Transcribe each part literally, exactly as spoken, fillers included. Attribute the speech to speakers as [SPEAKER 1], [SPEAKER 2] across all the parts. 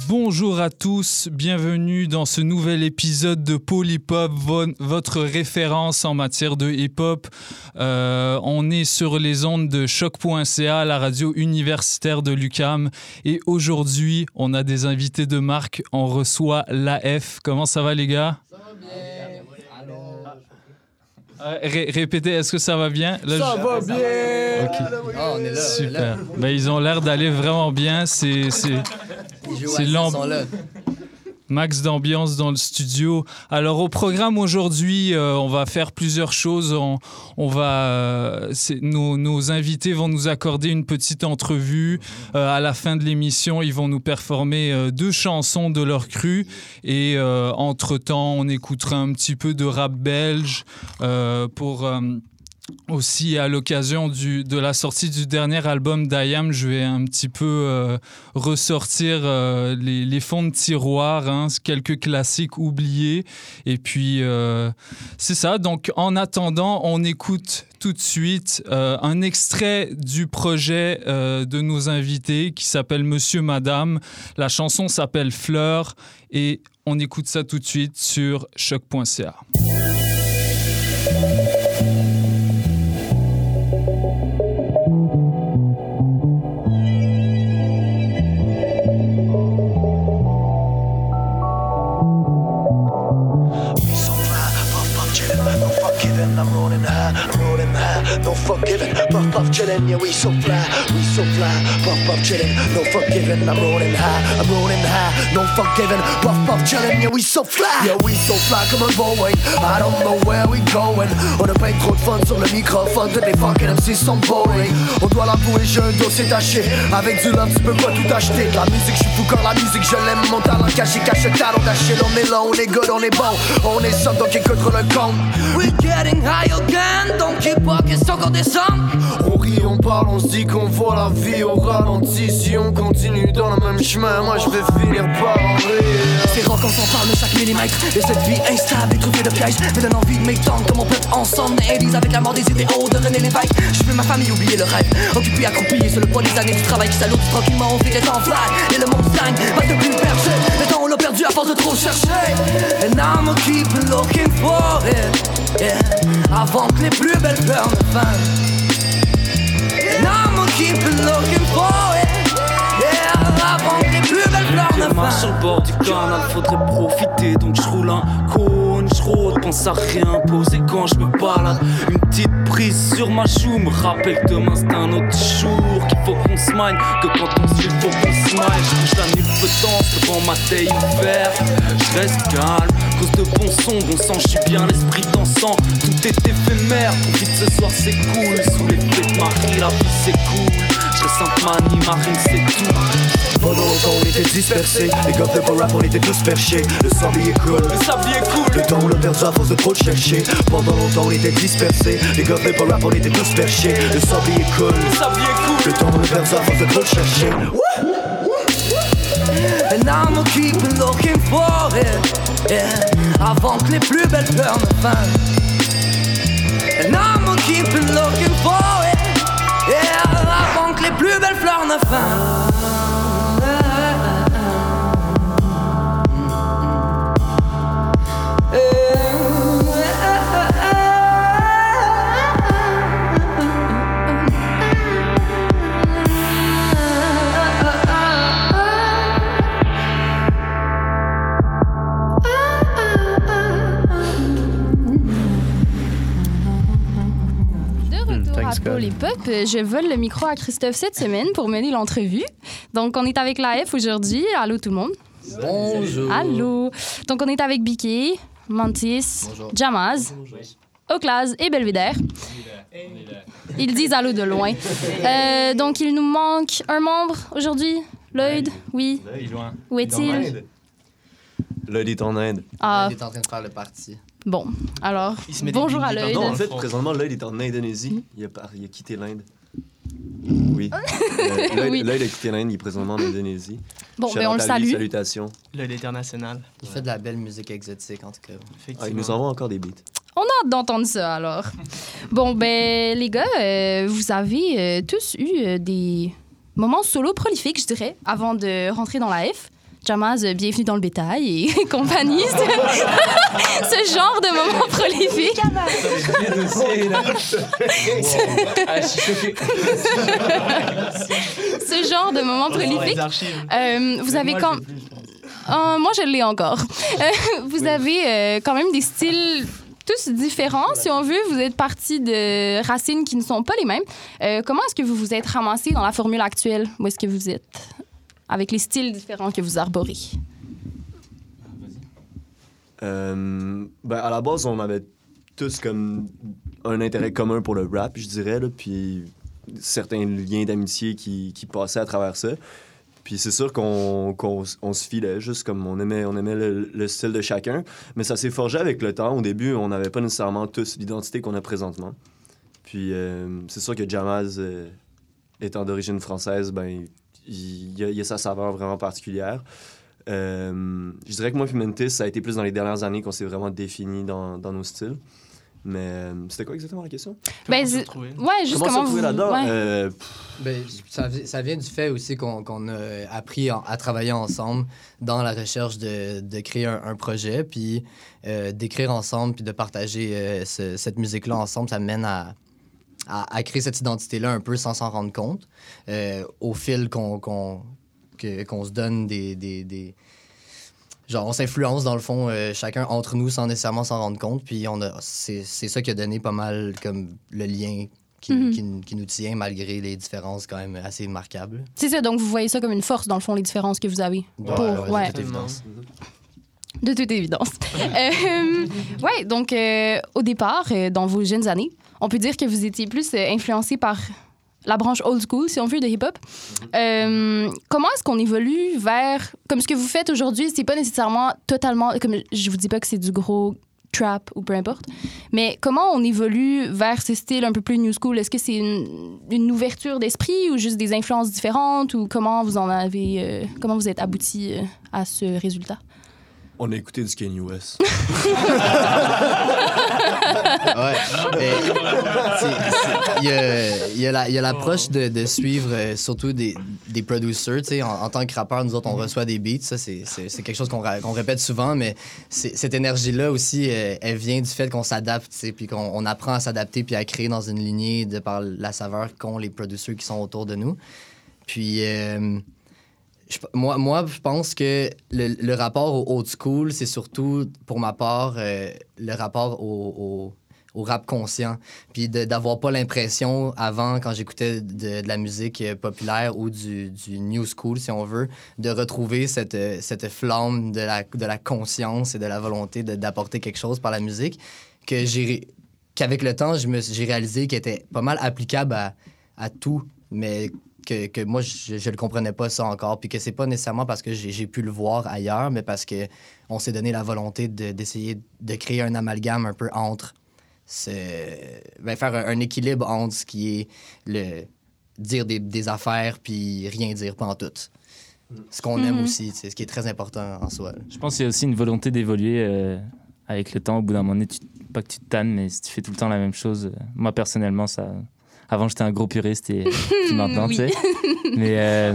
[SPEAKER 1] Bonjour à tous, bienvenue dans ce nouvel épisode de Polypop, vo- votre référence en matière de hip-hop. Euh, on est sur les ondes de choc point c a, la radio universitaire de l'U Q A M. Et aujourd'hui, on a des invités de marque. On reçoit l'A F. Comment ça va, les gars?
[SPEAKER 2] Ça va bien.
[SPEAKER 1] Euh, ré- répétez, est-ce que ça va bien? Là,
[SPEAKER 2] ça
[SPEAKER 1] je...
[SPEAKER 2] va bien.
[SPEAKER 1] Okay.
[SPEAKER 2] Oh, on est là.
[SPEAKER 1] Super.
[SPEAKER 2] On est là.
[SPEAKER 1] Ben, ils ont l'air d'aller vraiment bien. C'est, c'est... C'est l'ambiance. Max d'ambiance dans le studio. Alors au programme aujourd'hui, euh, on va faire plusieurs choses. On, on va, euh, c'est, nos, nos invités vont nous accorder une petite entrevue. Euh, à la fin de l'émission, ils vont nous performer euh, deux chansons de leur cru. Et euh, entre-temps, on écoutera un petit peu de rap belge euh, pour... Euh, Aussi, à l'occasion du, de la sortie du dernier album d'I A M, je vais un petit peu euh, ressortir euh, les, les fonds de tiroir, hein, quelques classiques oubliés. Et puis, euh, c'est ça. Donc, en attendant, on écoute tout de suite euh, un extrait du projet euh, de nos invités qui s'appelle Monsieur Madame. La chanson s'appelle Fleur et on écoute ça tout de suite sur choc point c a.
[SPEAKER 3] I'm rolling high, rolling high, no forgiving, puff puff chillin', yeah we so fly, we so fly, puff puff chillin', no forgiving, I'm rolling high, I'm rolling high, no forgiving, puff puff chillin', yeah we so fly, yeah we so fly comme un Boeing, I don't know where we going, on a pas trop de fun sur le microphone, tous les fucking M C sont boring, on doit l'avouer, j'ai un dossier taché, avec du love tu peux pas tout acheter, de la musique je suis fou quand la musique je l'aime, mon talent caché, cache le talent caché, on est là, on est good, on est bon, on est somme donc écoute le compte, we getting high again, donc keep up, c'est encore décembre. On rit, on parle, on se dit qu'on voit la vie au ralenti. Si on continue dans le même chemin, moi je vais finir par en rire. C'est rock, on s'en parle de chaque millimètre de cette vie instable et trouver de pièges. Me donne envie de m'étendre comme on peut ensemble. Élise avec la mort des idéaux de René Lévesque. Je veux ma famille oublier le rêve, occupé accroupi sur le poids des années du travail qui s'alourdit tranquillement. On fait des temps fly et le monde stagne, pas de plus perché. Le temps on l'a perdu à force de trop chercher. And I'ma keep looking for it, yeah. Avant que les plus belles fleurs ne fanent. And I'ma keep looking for it, yeah. Avant que les plus belles fleurs ne fanent.
[SPEAKER 4] Marche sur le bord du canal, faudrait profiter. Donc je roule un cône, je rôde, pense à rien poser quand je me balade. Une petite prise sur ma joue me rappelle que demain c'est un autre jour. Qu'il faut qu'on se mine, que quand on se fait faut qu'on se smile. Je touche la nulle potence devant ma taille ouverte. Je reste calme, cause de bon son, bon sang, je suis bien l'esprit dansant. Tout est éphémère, profite ce soir c'est cool. Sous l'effet de Marie, la vie c'est cool. Je reste un manie, marine c'est tout.
[SPEAKER 3] Pendant longtemps on était dispersés, les gars de rap on était tous perchés. Le sablier cool,
[SPEAKER 4] Le sablier cool.
[SPEAKER 3] le temps on l'a perdu à force de trop le chercher. Pendant longtemps on était dispersés, les gars de rap on était tous perchés. Le sablier cool,
[SPEAKER 4] Le sablier cool.
[SPEAKER 3] le temps on l'a perdu à force de trop le chercher.
[SPEAKER 4] And I'ma keep looking for it, yeah. Avant que les plus belles fleurs ne fanent. And I'ma keep looking for it, yeah. Avant que les plus belles fleurs ne fanent.
[SPEAKER 5] Polypop, je vole le micro à Christophe cette semaine pour mener l'entrevue. Donc, on est avec l'A F aujourd'hui. Allô tout le monde.
[SPEAKER 2] Bonjour.
[SPEAKER 5] Allô. Donc, on est avec Biké, Mantis,
[SPEAKER 2] Bonjour.
[SPEAKER 5] Jamaz, Oclaz et Belvédère. Ils disent allô de loin. Euh, donc, il nous manque un membre aujourd'hui. Lloyd, oui. Où est-il?
[SPEAKER 6] Lloyd est en Inde.
[SPEAKER 5] Ah,
[SPEAKER 2] Il est en train de faire le parti.
[SPEAKER 5] bon. Alors, bonjour à Lloyd.
[SPEAKER 6] Non, en fait, présentement, Lloyd est en Indonésie. Il a, par- il a quitté l'Inde. Oui. Euh, Lloyd,
[SPEAKER 5] Oui.
[SPEAKER 6] Lloyd a quitté l'Inde, il est présentement en Indonésie.
[SPEAKER 5] Bon,
[SPEAKER 6] Shout
[SPEAKER 5] ben on
[SPEAKER 6] out
[SPEAKER 5] le
[SPEAKER 6] à lui,
[SPEAKER 5] salue.
[SPEAKER 6] Salutations.
[SPEAKER 7] L'œil international.
[SPEAKER 2] Il fait de la belle musique exotique, en tout cas.
[SPEAKER 6] Ah,
[SPEAKER 7] Effectivement.
[SPEAKER 6] il nous envoie encore des beats.
[SPEAKER 5] On a hâte d'entendre ça, alors. Bon, ben, les gars, euh, vous avez euh, tous eu euh, des moments solo prolifiques, je dirais, avant de rentrer dans la F. Jamaz, euh, bienvenue dans le bétail et compagnie. Ce, ce genre de moment prolifique. Ce genre de moment prolifique. Euh, vous avez comme... Euh, moi, je l'ai encore. Euh, vous oui. avez euh, quand même des styles tous différents, si on veut. Vous êtes partis de racines qui ne sont pas les mêmes. Euh, comment est-ce que vous vous êtes ramassés dans la formule actuelle? Où est-ce que vous êtes? Avec les styles différents que vous arborez.
[SPEAKER 6] Euh, ben, à la base, on avait tous comme un intérêt commun pour le rap, je dirais, là, puis certains liens d'amitié qui, qui passaient à travers ça. Puis c'est sûr qu'on, qu'on on se filait, juste comme on aimait, on aimait le, le style de chacun. Mais ça s'est forgé avec le temps. Au début, on n'avait pas nécessairement tous l'identité qu'on a présentement. Puis euh, c'est sûr que Jamaz, euh, étant d'origine française, ben il y, a, il y a sa saveur vraiment particulière. Euh, je dirais que moi, Pimentis, ça a été plus dans les dernières années qu'on s'est vraiment défini dans, dans nos styles. Mais euh, c'était quoi exactement la question?
[SPEAKER 5] Ben, ouais, juste
[SPEAKER 6] comment,
[SPEAKER 5] comment
[SPEAKER 6] vous...
[SPEAKER 5] vous...
[SPEAKER 6] là-dedans?
[SPEAKER 5] Ouais.
[SPEAKER 6] Euh,
[SPEAKER 2] ben, ça, ça vient du fait aussi qu'on, qu'on a appris en, à travailler ensemble dans la recherche de, de créer un, un projet, puis euh, d'écrire ensemble, puis de partager euh, ce, cette musique-là ensemble. Ça mène à, à, à créer cette identité-là un peu sans s'en rendre compte, euh, au fil qu'on, qu'on, que, qu'on se donne des... des, des... Genre, on s'influence, dans le fond, euh, chacun entre nous sans nécessairement s'en rendre compte. Puis on a, c'est, c'est ça qui a donné pas mal comme le lien qui, mm-hmm. qui, qui nous tient, malgré les différences quand même assez marquables.
[SPEAKER 5] C'est ça, donc vous voyez ça comme une force, dans le fond, les différences que vous avez.
[SPEAKER 2] Ouais,
[SPEAKER 5] pour,
[SPEAKER 2] ouais,
[SPEAKER 5] ouais.
[SPEAKER 2] de toute évidence.
[SPEAKER 5] De toute évidence. euh, oui, donc euh, au départ, euh, dans vos jeunes années, on peut dire que vous étiez plus euh, influencé par... la branche old school, si on veut, de hip-hop. Euh, comment est-ce qu'on évolue vers... Comme ce que vous faites aujourd'hui, c'est pas nécessairement totalement... Comme je vous dis pas que c'est du gros trap ou peu importe, mais comment on évolue vers ce style un peu plus new school? Est-ce que c'est une, une ouverture d'esprit ou juste des influences différentes? Ou comment vous en avez... Euh, comment vous êtes abouti euh, à ce résultat?
[SPEAKER 6] On a écouté du Kanye West.
[SPEAKER 2] Ouais. Mais il y a, y a la, y a l'approche de, de suivre euh, surtout des, des producers. Tu sais, en, en tant que rappeur, nous autres, on reçoit des beats. Ça, c'est, c'est, c'est quelque chose qu'on, qu'on répète souvent, mais c'est, cette énergie-là aussi, euh, elle vient du fait qu'on s'adapte, tu sais, puis qu'on on apprend à s'adapter puis à créer dans une lignée de par la saveur qu'ont les producers qui sont autour de nous. Puis... Euh, Je, moi, moi, je pense que le, le rapport au old school, c'est surtout, pour ma part, euh, le rapport au, au, au rap conscient. Puis de, d'avoir pas l'impression, avant, quand j'écoutais de, de la musique populaire ou du, du new school, si on veut, de retrouver cette, cette flamme de la, de la conscience et de la volonté de, d'apporter quelque chose par la musique, que j'ai, qu'avec le temps, je me, j'ai réalisé qu'elle était pas mal applicable à, à tout, mais... Que, que moi, je ne le comprenais pas ça encore, puis que c'est pas nécessairement parce que j'ai, j'ai pu le voir ailleurs, mais parce qu'on s'est donné la volonté de, d'essayer de créer un amalgame un peu entre... Ce, ben, faire un, un équilibre entre ce qui est le dire des, des affaires puis rien dire pantoute. Ce qu'on mm-hmm. aime aussi, c'est ce qui est très important en soi.
[SPEAKER 7] Je pense qu'il y a aussi une volonté d'évoluer euh, avec le temps. Au bout d'un moment donné, tu, pas que tu te tannes, mais si tu fais tout le temps la même chose, euh, moi, personnellement, ça... Avant, j'étais un gros puriste et puis maintenant, oui. tu sais. Mais, euh,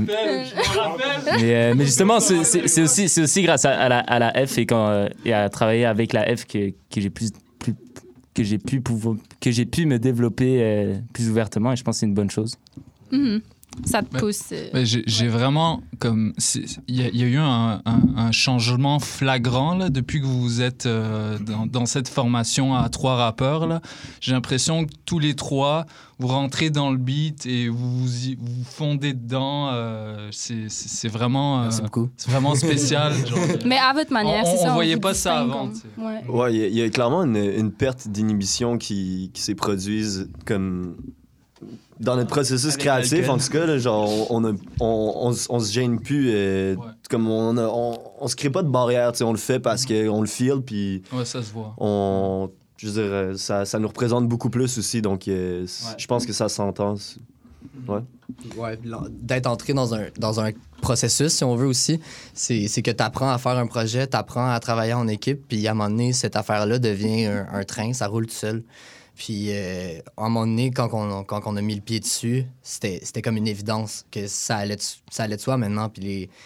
[SPEAKER 7] mais, euh, mais justement, c'est, c'est, c'est, aussi, c'est aussi grâce à, à, la, à la F et, quand, euh, et à travailler avec la F que, que, j'ai, plus, plus, que, j'ai, pu pouvoir, que j'ai pu me développer euh, plus ouvertement et je pense que c'est une bonne chose.
[SPEAKER 5] Mm-hmm. Ça te pousse. Euh...
[SPEAKER 1] Mais j'ai, j'ai vraiment comme il y, y a eu un, un, un changement flagrant là, depuis que vous êtes euh, dans, dans cette formation à trois rappeurs là. J'ai l'impression que tous les trois vous rentrez dans le beat et vous vous, vous fondez dedans. Euh, c'est, c'est, c'est vraiment euh,
[SPEAKER 2] Merci beaucoup.
[SPEAKER 1] C'est vraiment spécial. Genre,
[SPEAKER 5] mais à votre manière,
[SPEAKER 1] on,
[SPEAKER 5] c'est
[SPEAKER 1] on,
[SPEAKER 5] ça.
[SPEAKER 1] On voyait pas ça avant.
[SPEAKER 5] Comme... Ouais.
[SPEAKER 6] Ouais, il y, y a clairement une, une perte d'inhibition qui, qui s'est produite comme. Dans notre processus avec créatif, l'alcool. En tout cas, là, genre, on, a, on, on, on se gêne plus. Et, ouais. Comme on, a, on, on se crée pas de barrière, on le fait parce mm-hmm. qu'on le feel. Puis
[SPEAKER 1] ouais, ça se voit.
[SPEAKER 6] On, je veux dire, ça, ça nous représente beaucoup plus aussi. Donc, euh, ouais. je pense que ça s'entend. Ouais.
[SPEAKER 2] Ouais, d'être entré dans un, dans un processus, si on veut aussi, c'est, c'est que tu apprends à faire un projet, tu apprends à travailler en équipe. Puis à un moment donné, cette affaire-là devient un, un train, ça roule tout seul. Puis, euh, à un moment donné, quand on, quand on a mis le pied dessus, c'était, c'était comme une évidence que ça allait de, ça allait de soi maintenant. Puis, les,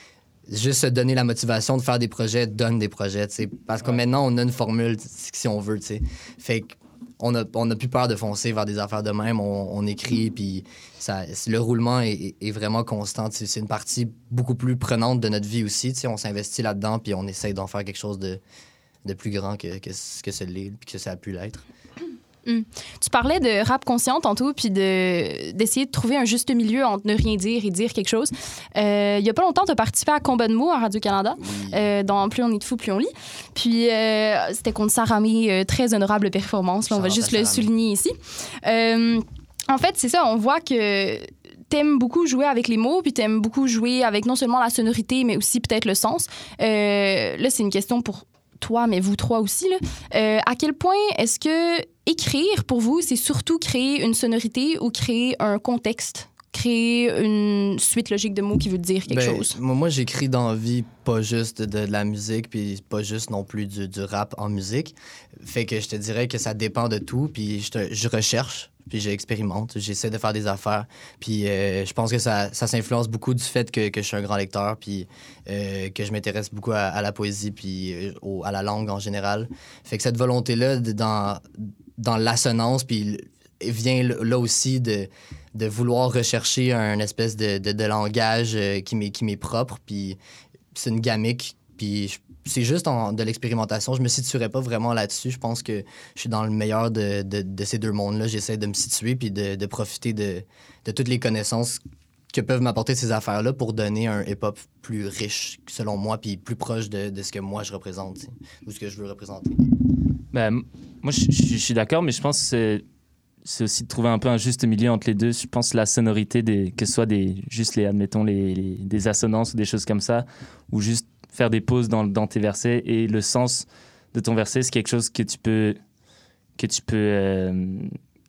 [SPEAKER 2] juste se donner la motivation de faire des projets, donne des projets, tu sais. Parce que ouais. maintenant, on a une formule, si on veut, tu sais. Fait qu'on a, on a plus peur de foncer vers des affaires de même. On, on écrit, puis ça, le roulement est, est vraiment constant. T'sais. C'est une partie beaucoup plus prenante de notre vie aussi, tu sais. On s'investit là-dedans, puis on essaye d'en faire quelque chose de, de plus grand que, que, que ce l'est, puis que ça a pu l'être.
[SPEAKER 5] Mm. Tu parlais de rap conscient tantôt, puis de, d'essayer de trouver un juste milieu entre ne rien dire et dire quelque chose. Euh, il y a pas longtemps, tu as participé à Combat de mots à Radio-Canada, oui. euh, dans Plus on est de fou, plus on lit. Puis euh, c'était contre Sarah May, euh, très honorable performance, là, on va juste le souligner ici. Euh, en fait, c'est ça, on voit que t'aimes beaucoup jouer avec les mots, puis t'aimes beaucoup jouer avec non seulement la sonorité, mais aussi peut-être le sens. Euh, là, c'est une question pour toi, mais vous trois aussi. Là. Euh, à quel point est-ce que écrire, pour vous, c'est surtout créer une sonorité ou créer un contexte, créer une suite logique de mots qui veut dire quelque
[SPEAKER 2] ben,
[SPEAKER 5] chose?
[SPEAKER 2] Moi, j'écris dans la vie pas juste de, de la musique, puis pas juste non plus du, du rap en musique. Fait que je te dirais que ça dépend de tout, puis je, te, je recherche, puis j'expérimente, j'essaie de faire des affaires. Puis euh, je pense que ça, ça s'influence beaucoup du fait que, que je suis un grand lecteur, puis euh, que je m'intéresse beaucoup à, à la poésie, puis euh, au, à la langue en général. Fait que cette volonté-là, de, dans, dans l'assonance, puis vient là aussi de, de vouloir rechercher un espèce de, de, de langage euh, qui, m'est, qui m'est propre, puis c'est une gamique, puis je c'est juste en, de l'expérimentation. Je me situerais pas vraiment là-dessus. Je pense que je suis dans le meilleur de, de, de ces deux mondes-là. J'essaie de me situer puis de, de profiter de, de toutes les connaissances que peuvent m'apporter ces affaires-là pour donner un hip-hop plus riche, selon moi, puis plus proche de, de ce que moi je représente, t'sais, ou ce que je veux représenter.
[SPEAKER 7] Ben, moi, je, je, je suis d'accord, mais je pense que c'est, c'est aussi de trouver un peu un juste milieu entre les deux. Je pense que la sonorité, des, que ce soit des, juste les, admettons, les, les, des assonances ou des choses comme ça, ou juste faire des pauses dans, dans tes versets, et le sens de ton verset, c'est quelque chose que tu peux... Que tu peux, euh,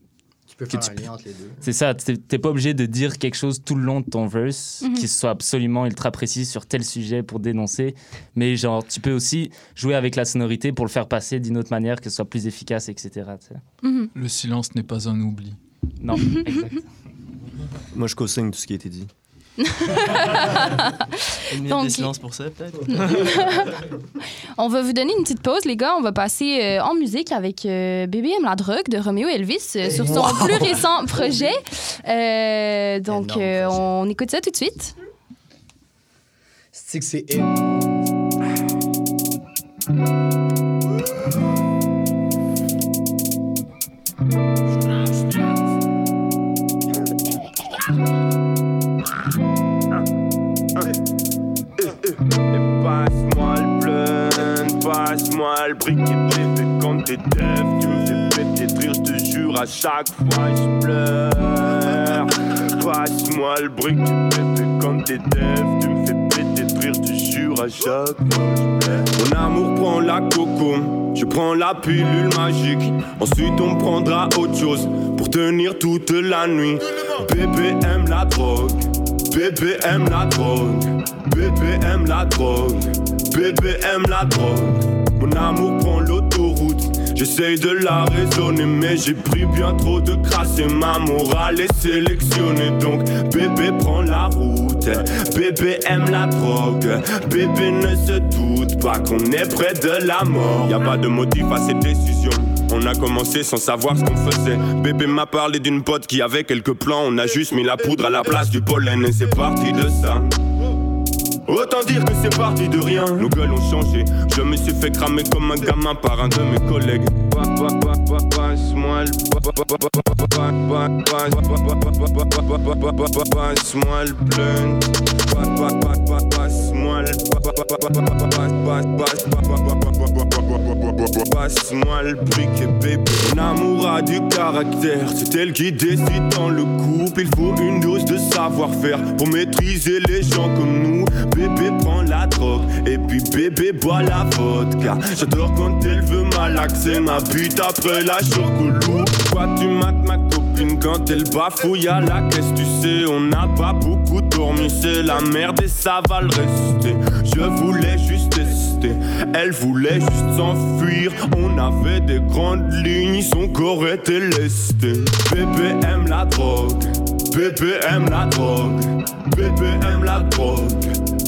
[SPEAKER 2] tu peux faire tu, un lien entre les deux.
[SPEAKER 7] C'est ça, t'es, t'es pas obligé de dire quelque chose tout le long de ton verse, mm-hmm. qui soit absolument ultra précis sur tel sujet pour dénoncer, mais genre, tu peux aussi jouer avec la sonorité pour le faire passer d'une autre manière, que ce soit plus efficace, et cetera.
[SPEAKER 1] Mm-hmm. Le silence n'est pas un oubli.
[SPEAKER 7] Non, exact.
[SPEAKER 6] Moi, je co-signe tout ce qui a été dit.
[SPEAKER 8] Une minute Donc, de silence pour ça, peut-être?
[SPEAKER 5] On va vous donner une petite pause, les gars. On va passer euh, en musique avec euh, Bébé aime la drogue de Roméo Elvis euh, sur son wow. plus récent projet. Euh, donc, euh, projet. On écoute ça tout de suite.
[SPEAKER 2] C'est que c'est... it.
[SPEAKER 9] Passe-moi le briquet bébé quand t'es dev. Tu me fais péter de rire, je te jure, à chaque fois je pleure. Passe-moi le briquet bébé quand t'es dev. Tu me fais péter de rire, je te jure, à chaque fois je pleure. Mon amour prend la coco, je prends la pilule magique. Ensuite on prendra autre chose pour tenir toute la nuit. Bébé aime la drogue, bébé aime la drogue, bébé aime la drogue. Bébé aime la drogue, mon amour prend l'autoroute. J'essaye de la raisonner, mais j'ai pris bien trop de crasse et ma morale est sélectionnée. Donc bébé prend la route, bébé aime la drogue. Bébé ne se doute pas qu'on est près de la mort. Y'a pas de motif à cette décision. On a commencé sans savoir ce qu'on faisait. Bébé m'a parlé d'une pote qui avait quelques plans. On a juste mis la poudre à la place du pollen et c'est parti de ça. Autant dire que c'est parti de rien. Nos gueules ont changé. Je me suis fait cramer comme un gamin par un de mes collègues. Passe-moi le Passe-moi le blunt. Passe-moi le Passe-moi le briquet bébé. Mon amour a du caractère. C'est elle qui décide dans le couple. Il faut une dose de savoir-faire pour maîtriser les gens comme nous. Bébé prend la drogue et puis bébé boit la vodka. J'adore quand elle veut malaxer ma bute après la chocolou. Toi tu mates ma copine quand elle bafouille à la caisse. Tu sais on n'a pas beaucoup dormi, c'est la merde et ça va le rester. Je voulais juste tester, elle voulait juste s'enfuir. On avait des grandes lignes, son corps était lesté. Bébé aime la drogue, bébé aime la drogue, bébé aime la drogue.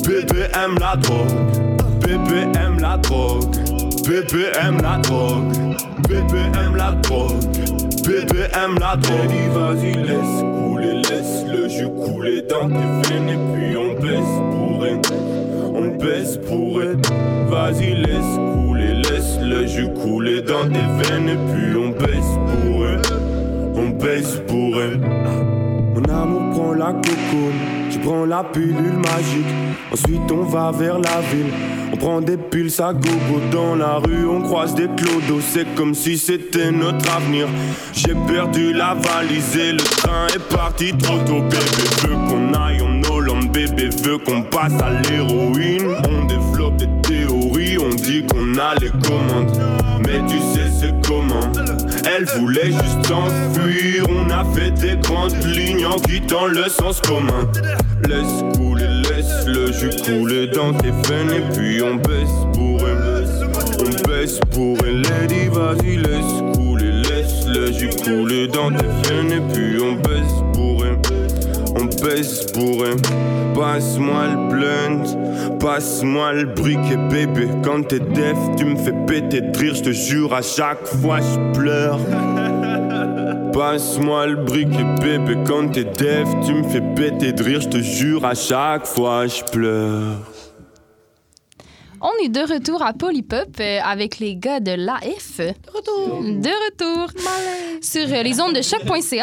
[SPEAKER 9] Bébé aime la drogue, bébé aime la drogue, bébé aime la drogue, bébé aime la drogue, bébé aime la drogue. Baby, vas-y, laisse couler, laisse le jus couler dans tes veines et puis on baisse pour elle, on baisse pour elle. Vas-y, laisse couler, laisse le jus couler dans tes veines et puis on baisse pour elle, on baisse pour elle. Mon amour prend la cocotte, je prends la pilule magique. Ensuite on va vers la ville, on prend des piles à gogo. Dans la rue on croise des clodos, c'est comme si c'était notre avenir. J'ai perdu la valise et le train est parti trop tôt. Bébé veut qu'on aille en Hollande, bébé veut qu'on passe à l'héroïne. On développe des théories, on dit qu'on a les commandes, mais tu sais c'est comment. Elle voulait juste s'enfuir, on a fait des grandes lignes en quittant le sens commun. Laisse couler, laisse le jus couler dans tes veines et puis on baisse pour elle, on baisse pour elle. Lady, vas-y, laisse couler, laisse le jus couler dans tes veines et puis on baisse pour elle, on baisse pour elle. Passe-moi le blunt, passe-moi le briquet, bébé. Quand t'es def, tu me fais péter de rire, je te jure, à chaque fois je pleure. Passe-moi le briquet, bébé. Quand t'es def, tu me fais péter de rire, je te jure, à chaque fois je pleure.
[SPEAKER 5] On est de retour à Polypop euh, avec les gars de l'A F. De retour. De retour. Malais. Sur euh, les ondes de choc point c a.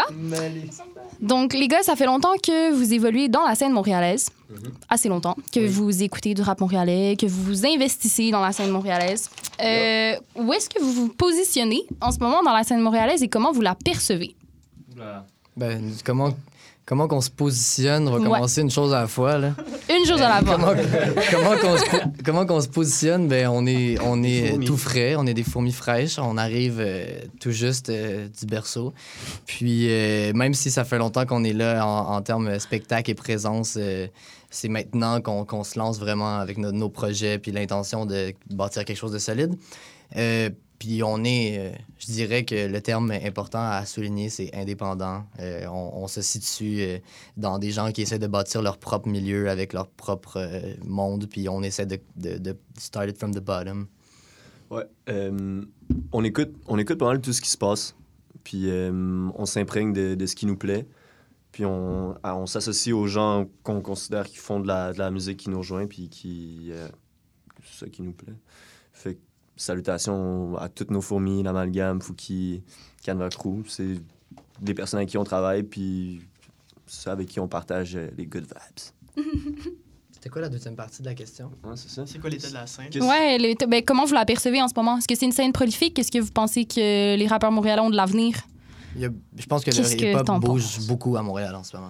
[SPEAKER 5] Donc, les gars, ça fait longtemps que vous évoluez dans la scène montréalaise. Mm-hmm. Assez longtemps. Que oui. Vous écoutez du rap montréalais, que vous vous investissez dans la scène montréalaise. Euh, yep. Où est-ce que vous vous positionnez en ce moment dans la scène montréalaise et comment vous la percevez?
[SPEAKER 2] Oula. Ben, comment... Comment qu'on se positionne, on va commencer ouais. une chose à la fois. Là.
[SPEAKER 5] Une chose à la fois.
[SPEAKER 2] comment, comment, qu'on se, comment qu'on se positionne, ben on est, on est tout frais, on est des fourmis fraîches, on arrive euh, tout juste euh, du berceau. Puis euh, même si ça fait longtemps qu'on est là en, en termes spectacle et présence, euh, c'est maintenant qu'on, qu'on se lance vraiment avec no, nos projets puis l'intention de bâtir quelque chose de solide. Euh, Puis on est, euh, je dirais que le terme important à souligner, c'est indépendant. Euh, on, on se situe euh, dans des gens qui essaient de bâtir leur propre milieu avec leur propre euh, monde, puis on essaie de, de, de start it from the bottom.
[SPEAKER 6] Ouais. Euh, on, écoute, on écoute pas mal tout ce qui se passe, puis euh, on s'imprègne de, de ce qui nous plaît, puis on, on s'associe aux gens qu'on considère qui font de la, de la musique qui nous rejoint, puis qui... Euh, c'est ça qui nous plaît. Fait que salutations à toutes nos fourmis, l'Amalgame, Fouki, Canva Crew. C'est des personnes avec qui on travaille, puis c'est avec qui on partage les good vibes.
[SPEAKER 2] C'était quoi la deuxième partie de la question?
[SPEAKER 6] Ouais, c'est ça.
[SPEAKER 8] C'est quoi l'état de la scène?
[SPEAKER 5] Ouais, le, ben, comment vous la percevez en ce moment? Est-ce que c'est une scène prolifique? Est-ce que vous pensez que les rappeurs montréalais ont de l'avenir?
[SPEAKER 2] Il y a, je pense que
[SPEAKER 5] Qu'est-ce
[SPEAKER 2] le hip-hop bouge
[SPEAKER 5] penses?
[SPEAKER 2] beaucoup à Montréal en ce moment.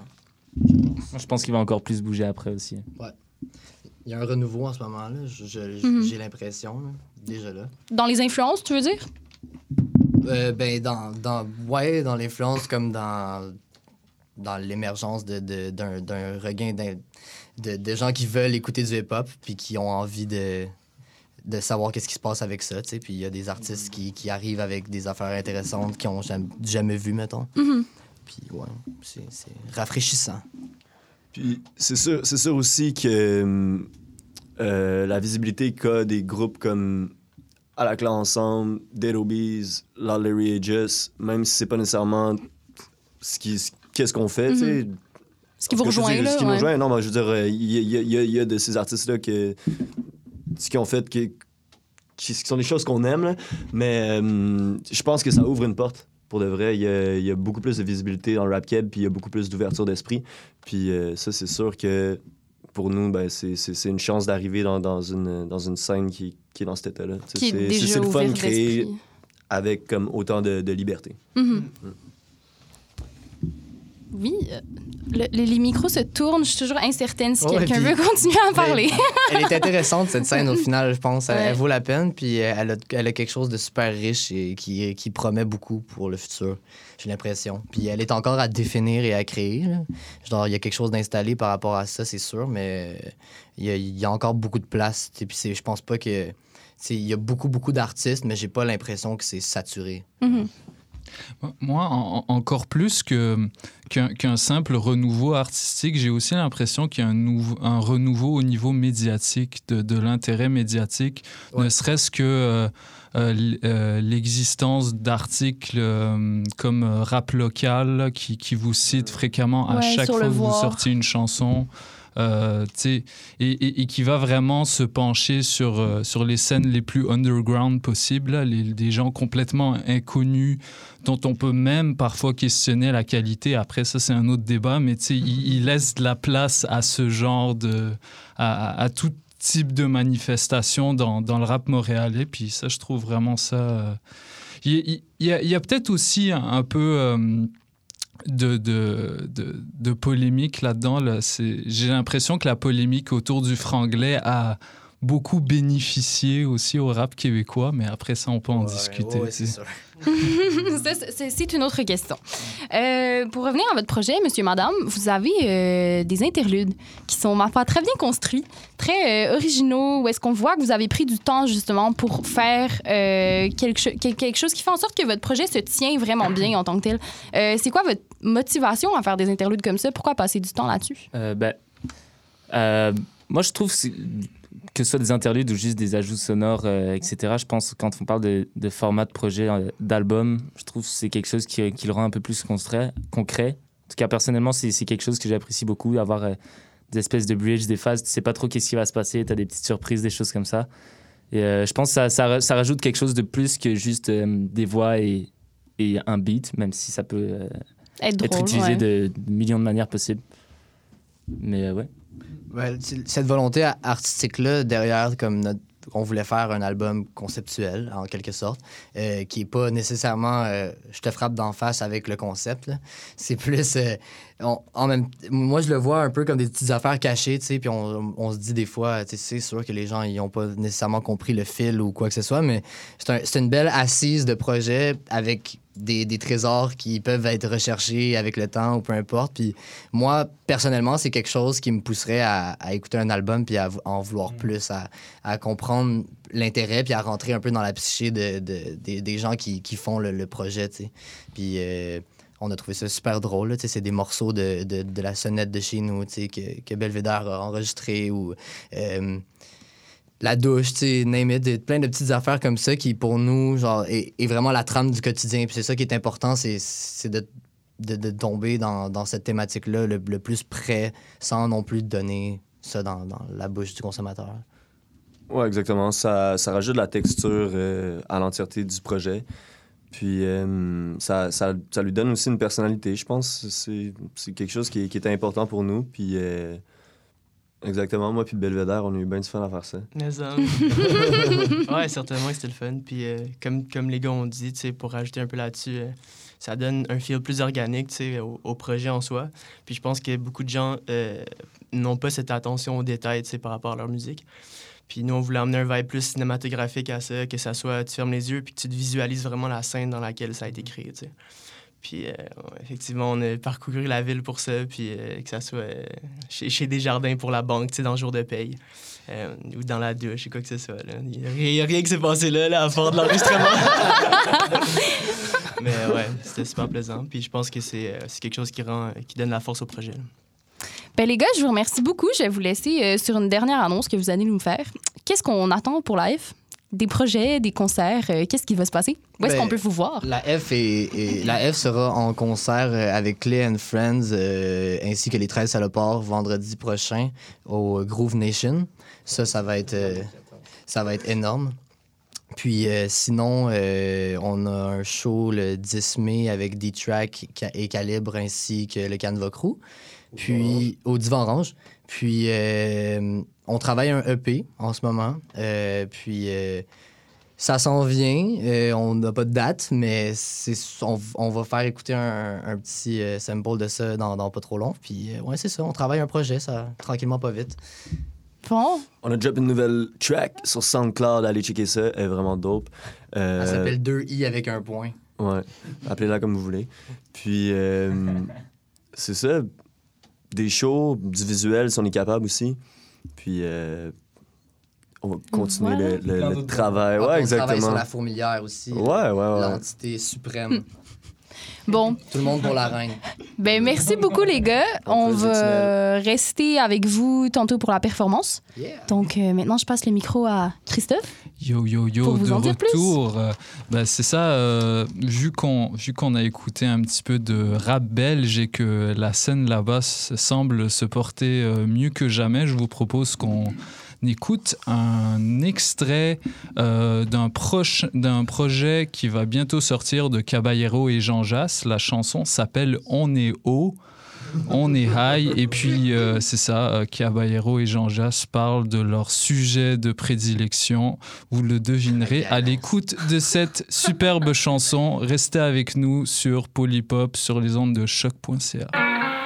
[SPEAKER 7] Je pense qu'il va encore plus bouger après aussi.
[SPEAKER 2] Ouais. Il y a un renouveau en ce moment, là. Je, je,
[SPEAKER 5] Mm-hmm.
[SPEAKER 2] j'ai l'impression, là, déjà là.
[SPEAKER 5] Dans les influences, tu veux dire?
[SPEAKER 2] Euh, ben, dans, dans, ouais, dans l'influence comme dans, dans l'émergence de, de, d'un, d'un regain d'un, de, de gens qui veulent écouter du hip-hop puis qui ont envie de, de savoir qu'est-ce qui se passe avec ça, tu sais. Puis il y a des artistes qui, qui arrivent avec des affaires intéressantes qu'ils n'ont jamais, jamais vues, mettons.
[SPEAKER 5] Mm-hmm.
[SPEAKER 2] Puis ouais, c'est, c'est rafraîchissant.
[SPEAKER 6] Puis c'est sûr, c'est sûr aussi que euh, la visibilité qu'a des groupes comme À la Clan Ensemble, Dead Obies, Lollery Aegis, même si c'est pas nécessairement ce qui, ce, qu'est-ce qu'on fait, mm-hmm. tu sais.
[SPEAKER 5] Ce qui vous rejoint, là.
[SPEAKER 6] Ce qui
[SPEAKER 5] ouais.
[SPEAKER 6] nous rejoint, non, mais je veux dire, il y, y, y, y a de ces artistes-là que, ce qu'ils ont fait, qui, qui sont des choses qu'on aime, là, mais euh, je pense que ça ouvre une porte. Pour de vrai, il y a, il y a beaucoup plus de visibilité dans le rap keb, puis il y a beaucoup plus d'ouverture d'esprit. Puis euh, ça, c'est sûr que pour nous, ben, c'est, c'est, c'est une chance d'arriver dans, dans, une, dans une scène qui, qui est dans cet état-là.
[SPEAKER 5] Qui est
[SPEAKER 6] c'est,
[SPEAKER 5] déjà
[SPEAKER 6] c'est, c'est le fun de créer
[SPEAKER 5] d'esprit.
[SPEAKER 6] avec comme autant de, de liberté.
[SPEAKER 5] Mm-hmm.
[SPEAKER 6] Mm.
[SPEAKER 5] Oui. euh, Le, les, les micros se tournent. Je suis toujours incertaine si
[SPEAKER 2] Ouais,
[SPEAKER 5] quelqu'un
[SPEAKER 2] puis-
[SPEAKER 5] veut continuer à parler.
[SPEAKER 2] Elle est intéressante, cette scène, au final, je pense. Elle,
[SPEAKER 5] Ouais.
[SPEAKER 2] elle vaut la peine, puis elle a, elle a quelque chose de super riche et qui, qui promet beaucoup pour le futur, j'ai l'impression. Puis elle est encore à définir et à créer. Là. Genre, il y a quelque chose d'installé par rapport à ça, c'est sûr, mais il y a, il y a encore beaucoup de place. Et puis c'est- je pense pas que... tu sais, il y a beaucoup, beaucoup d'artistes, mais j'ai pas l'impression que c'est saturé.
[SPEAKER 5] Mhm.
[SPEAKER 1] Moi, en, encore plus que, qu'un, qu'un simple renouveau artistique, j'ai aussi l'impression qu'il y a un, nouveau, un renouveau au niveau médiatique, de, de l'intérêt médiatique, ouais. ne serait-ce que euh, euh, l'existence d'articles euh, comme Rap Local qui, qui vous citent fréquemment à ouais, chaque fois que vous sortez une chanson. Euh, et, et, et qui va vraiment se pencher sur, euh, sur les scènes les plus underground possibles, là, les, des gens complètement inconnus dont on peut même parfois questionner la qualité. Après, ça, c'est un autre débat, mais il, il laisse de la place à ce genre de... à, à, à tout type de manifestation dans, dans le rap montréalais. Puis ça, je trouve vraiment ça... Euh... Il, il, il, y a, il y a peut-être aussi un, un peu... Euh, De, de, de, de polémique là-dedans. Là. C'est, j'ai l'impression que la polémique autour du franglais a beaucoup bénéficié aussi au rap québécois, mais après ça, on peut en
[SPEAKER 2] ouais,
[SPEAKER 1] discuter.
[SPEAKER 2] Ouais, c'est sûr.
[SPEAKER 5] ça, c'est, c'est une autre question. Euh, pour revenir à votre projet, monsieur, madame, vous avez euh, des interludes qui sont, ma foi, très bien construits, très euh, originaux, où est-ce qu'on voit que vous avez pris du temps, justement, pour faire euh, quelque, cho- quelque chose qui fait en sorte que votre projet se tient vraiment bien en tant que tel. Euh, c'est quoi votre motivation à faire des interludes comme ça? Pourquoi passer du temps là-dessus?
[SPEAKER 7] Euh, ben, euh, moi, je trouve que, que ce soit des interludes ou juste des ajouts sonores, euh, et cetera, je pense que quand on parle de, de format de projet, euh, d'album, je trouve que c'est quelque chose qui, qui le rend un peu plus concret. concret. En tout cas, personnellement, c'est, c'est quelque chose que j'apprécie beaucoup, avoir euh, des espèces de bridges, des phases, tu sais pas trop qu'est-ce qui va se passer, tu as des petites surprises, des choses comme ça. Et euh, je pense que ça, ça, ça rajoute quelque chose de plus que juste euh, des voix et, et un beat, même si ça peut euh,
[SPEAKER 5] être,
[SPEAKER 7] être
[SPEAKER 5] drôle,
[SPEAKER 7] utilisé
[SPEAKER 5] ouais.
[SPEAKER 7] de, de millions de manières possibles. Mais euh, ouais.
[SPEAKER 2] Ouais, cette volonté artistique-là, derrière, comme notre, on voulait faire un album conceptuel, en quelque sorte, euh, qui n'est pas nécessairement euh, je te frappe d'en face avec le concept. Là. C'est plus. Euh, on, en même, moi, je le vois un peu comme des petites affaires cachées, tu sais, puis on, on se dit des fois, tu sais, c'est sûr que les gens n'ont pas nécessairement compris le fil ou quoi que ce soit, mais c'est, un, c'est une belle assise de projet avec. Des, des trésors qui peuvent être recherchés avec le temps ou peu importe. Puis moi, personnellement, c'est quelque chose qui me pousserait à, à écouter un album puis à en vouloir plus, à, à comprendre l'intérêt puis à rentrer un peu dans la psyché de, de, de, des gens qui, qui font le, le projet, tu sais. Puis euh, on a trouvé ça super drôle, tu sais. C'est des morceaux de, de, de la sonnette de chez nous, tu sais, que, que Belvédère a enregistré ou... Euh, la douche, tu sais, name it, plein de petites affaires comme ça qui, pour nous, genre, est, est vraiment la trame du quotidien. Puis c'est ça qui est important, c'est, c'est de, de, de tomber dans, dans cette thématique-là le, le plus près, sans non plus donner ça dans, dans la bouche du consommateur.
[SPEAKER 6] Ouais, exactement. Ça, ça rajoute de la texture euh, à l'entièreté du projet. Puis euh, ça, ça, ça lui donne aussi une personnalité, je pense. C'est, c'est quelque chose qui, qui était important pour nous. Puis... Euh, exactement, moi puis Belvédère, on a eu bien du fun à faire ça.
[SPEAKER 8] Mais ça... ouais, certainement, c'était le fun. Puis euh, comme, comme les gars ont dit, pour rajouter un peu là-dessus, euh, ça donne un feel plus organique au, au projet en soi. Puis je pense que beaucoup de gens euh, n'ont pas cette attention aux détails par rapport à leur musique. Puis nous, on voulait amener un vibe plus cinématographique à ça, que ça soit, tu fermes les yeux puis que tu te visualises vraiment la scène dans laquelle ça a été créé, tu sais. Puis, euh, effectivement, on a parcouru la ville pour ça, puis euh, que ça soit euh, chez, chez Desjardins pour la banque, tu sais, dans le jour de paye, euh, ou dans la douche, ou quoi que ce soit. Il n'y a, a rien qui s'est passé là, là à part de l'enregistrement. Mais euh, ouais, c'était super plaisant. Puis je pense que c'est, euh, c'est quelque chose qui, rend, qui donne la force au projet. Là.
[SPEAKER 5] Ben, les gars, je vous remercie beaucoup. Je vais vous laisser euh, sur une dernière annonce que vous allez nous faire. Qu'est-ce qu'on attend pour la F? Des projets, des concerts, euh, qu'est-ce qui va se passer? Où est-ce ben, qu'on peut vous voir?
[SPEAKER 2] La F, est, est, la F sera en concert avec Clay and Friends euh, ainsi que les treize Salopards vendredi prochain au Groove Nation. Ça, ça va être, euh, ça va être énorme. Puis euh, sinon, euh, on a un show le dix mai avec D-Track et Calibre ainsi que le Canva Crew. Puis au Divan Orange. Puis euh, on travaille un E P en ce moment. Euh, puis euh, ça s'en vient. Euh, on n'a pas de date, mais c'est, on, on va faire écouter un, un petit euh, sample de ça dans, dans pas trop long. Puis euh, ouais, c'est ça. On travaille un projet, ça, tranquillement, pas vite.
[SPEAKER 5] Bon.
[SPEAKER 6] On a déjà une nouvelle track sur SoundCloud. Allez checker ça. Elle est vraiment dope.
[SPEAKER 2] Euh... Elle s'appelle deux i avec un point.
[SPEAKER 6] Ouais. Appelez-la comme vous voulez. Puis euh, c'est ça. Des shows, du visuel, si on est capable aussi. Puis, euh, on va continuer
[SPEAKER 5] Voilà.
[SPEAKER 6] le, le-
[SPEAKER 2] Plein
[SPEAKER 6] le
[SPEAKER 2] d'autres
[SPEAKER 6] travail.
[SPEAKER 2] Ah,
[SPEAKER 6] Ouais,
[SPEAKER 2] on
[SPEAKER 6] exactement.
[SPEAKER 2] travaille sur la fourmilière aussi.
[SPEAKER 6] Ouais, ouais, ouais.
[SPEAKER 2] L'entité suprême.
[SPEAKER 5] Bon,
[SPEAKER 2] Tout le monde pour la reine.
[SPEAKER 5] ben merci beaucoup les gars.
[SPEAKER 6] Bon
[SPEAKER 5] On
[SPEAKER 6] plaisir,
[SPEAKER 5] va rester avec vous tantôt pour la performance.
[SPEAKER 2] Yeah.
[SPEAKER 5] Donc euh, maintenant, je passe le micro à Christophe.
[SPEAKER 1] Yo, yo, yo,
[SPEAKER 5] Pour vous
[SPEAKER 1] de
[SPEAKER 5] en dire plus.
[SPEAKER 1] retour. Euh, ben, c'est ça, euh, vu qu'on vu qu'on a écouté un petit peu de rap belge et que la scène là-bas s- semble se porter euh, mieux que jamais, je vous propose qu'on écoute un extrait euh, d'un, proche, d'un projet qui va bientôt sortir de Caballero et Jean Jass. La chanson s'appelle « On est haut ». On est high, et puis euh, c'est ça, euh, Caballero et Jean Jass parlent de leur sujet de prédilection. Vous le devinerez à l'écoute de cette superbe chanson. Restez avec nous sur Polypop, sur les ondes de choc point c a.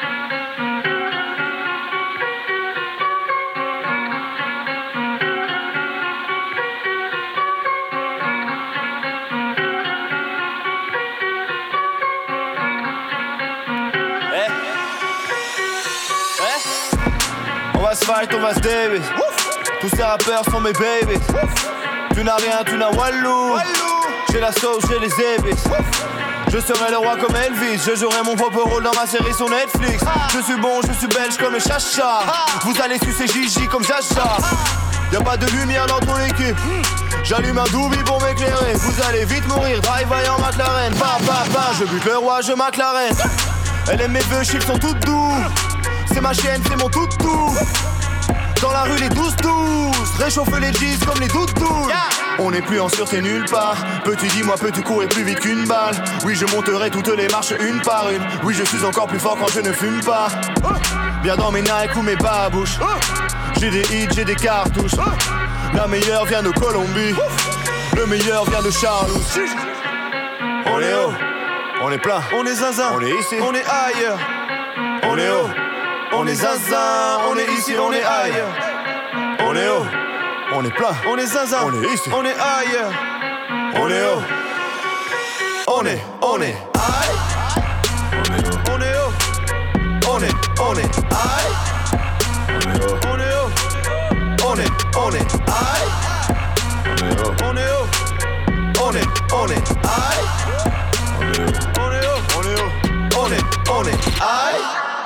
[SPEAKER 10] On va se fight, on va se Davis. Tous ces rappeurs sont mes babies. Tu n'as rien, tu n'as Wallou. J'ai la sauce, j'ai les épices. Je serai le roi comme Elvis. Je jouerai mon propre rôle dans ma série sur Netflix. Je suis bon, je suis belge comme le chacha. Vous allez sucer Gigi comme Jaja. Y'a pas de lumière dans ton équipe. J'allume un doobie pour m'éclairer. Vous allez vite mourir, drive-by en McLaren. Bah, bah, bah, je bute le roi, je McLaren. Elle aime mes vœux, chiffres sont toutes doux. C'est ma chienne, c'est mon toutou. Dans la rue, les douze douze. Réchauffe les jeans comme les doudous. On n'est plus en sûreté nulle part. Peux-tu dis-moi, peux-tu courir plus vite qu'une balle? Oui, je monterai toutes les marches une par une. Oui, je suis encore plus fort quand je ne fume pas. Bien dans mes Nike ou mes babouches. J'ai des hits, j'ai des cartouches. La meilleure vient de Colombie. Le meilleur vient de Charlotte. On est haut, on est plein, on est zinzin, on est ici, on est ailleurs. On est haut, on est zinzin, on est ici, on est ailleurs. On est haut, on est plein, on est zinzin, on est ici, on est ailleurs. On est haut, on est, on est aïe. On est haut, on est, on est aïe. On est haut, on est haut, on est, on est aïe. On est haut, on est haut, on est, on est aïe. On est haut, on est haut, on est haut, on est, on est aïe.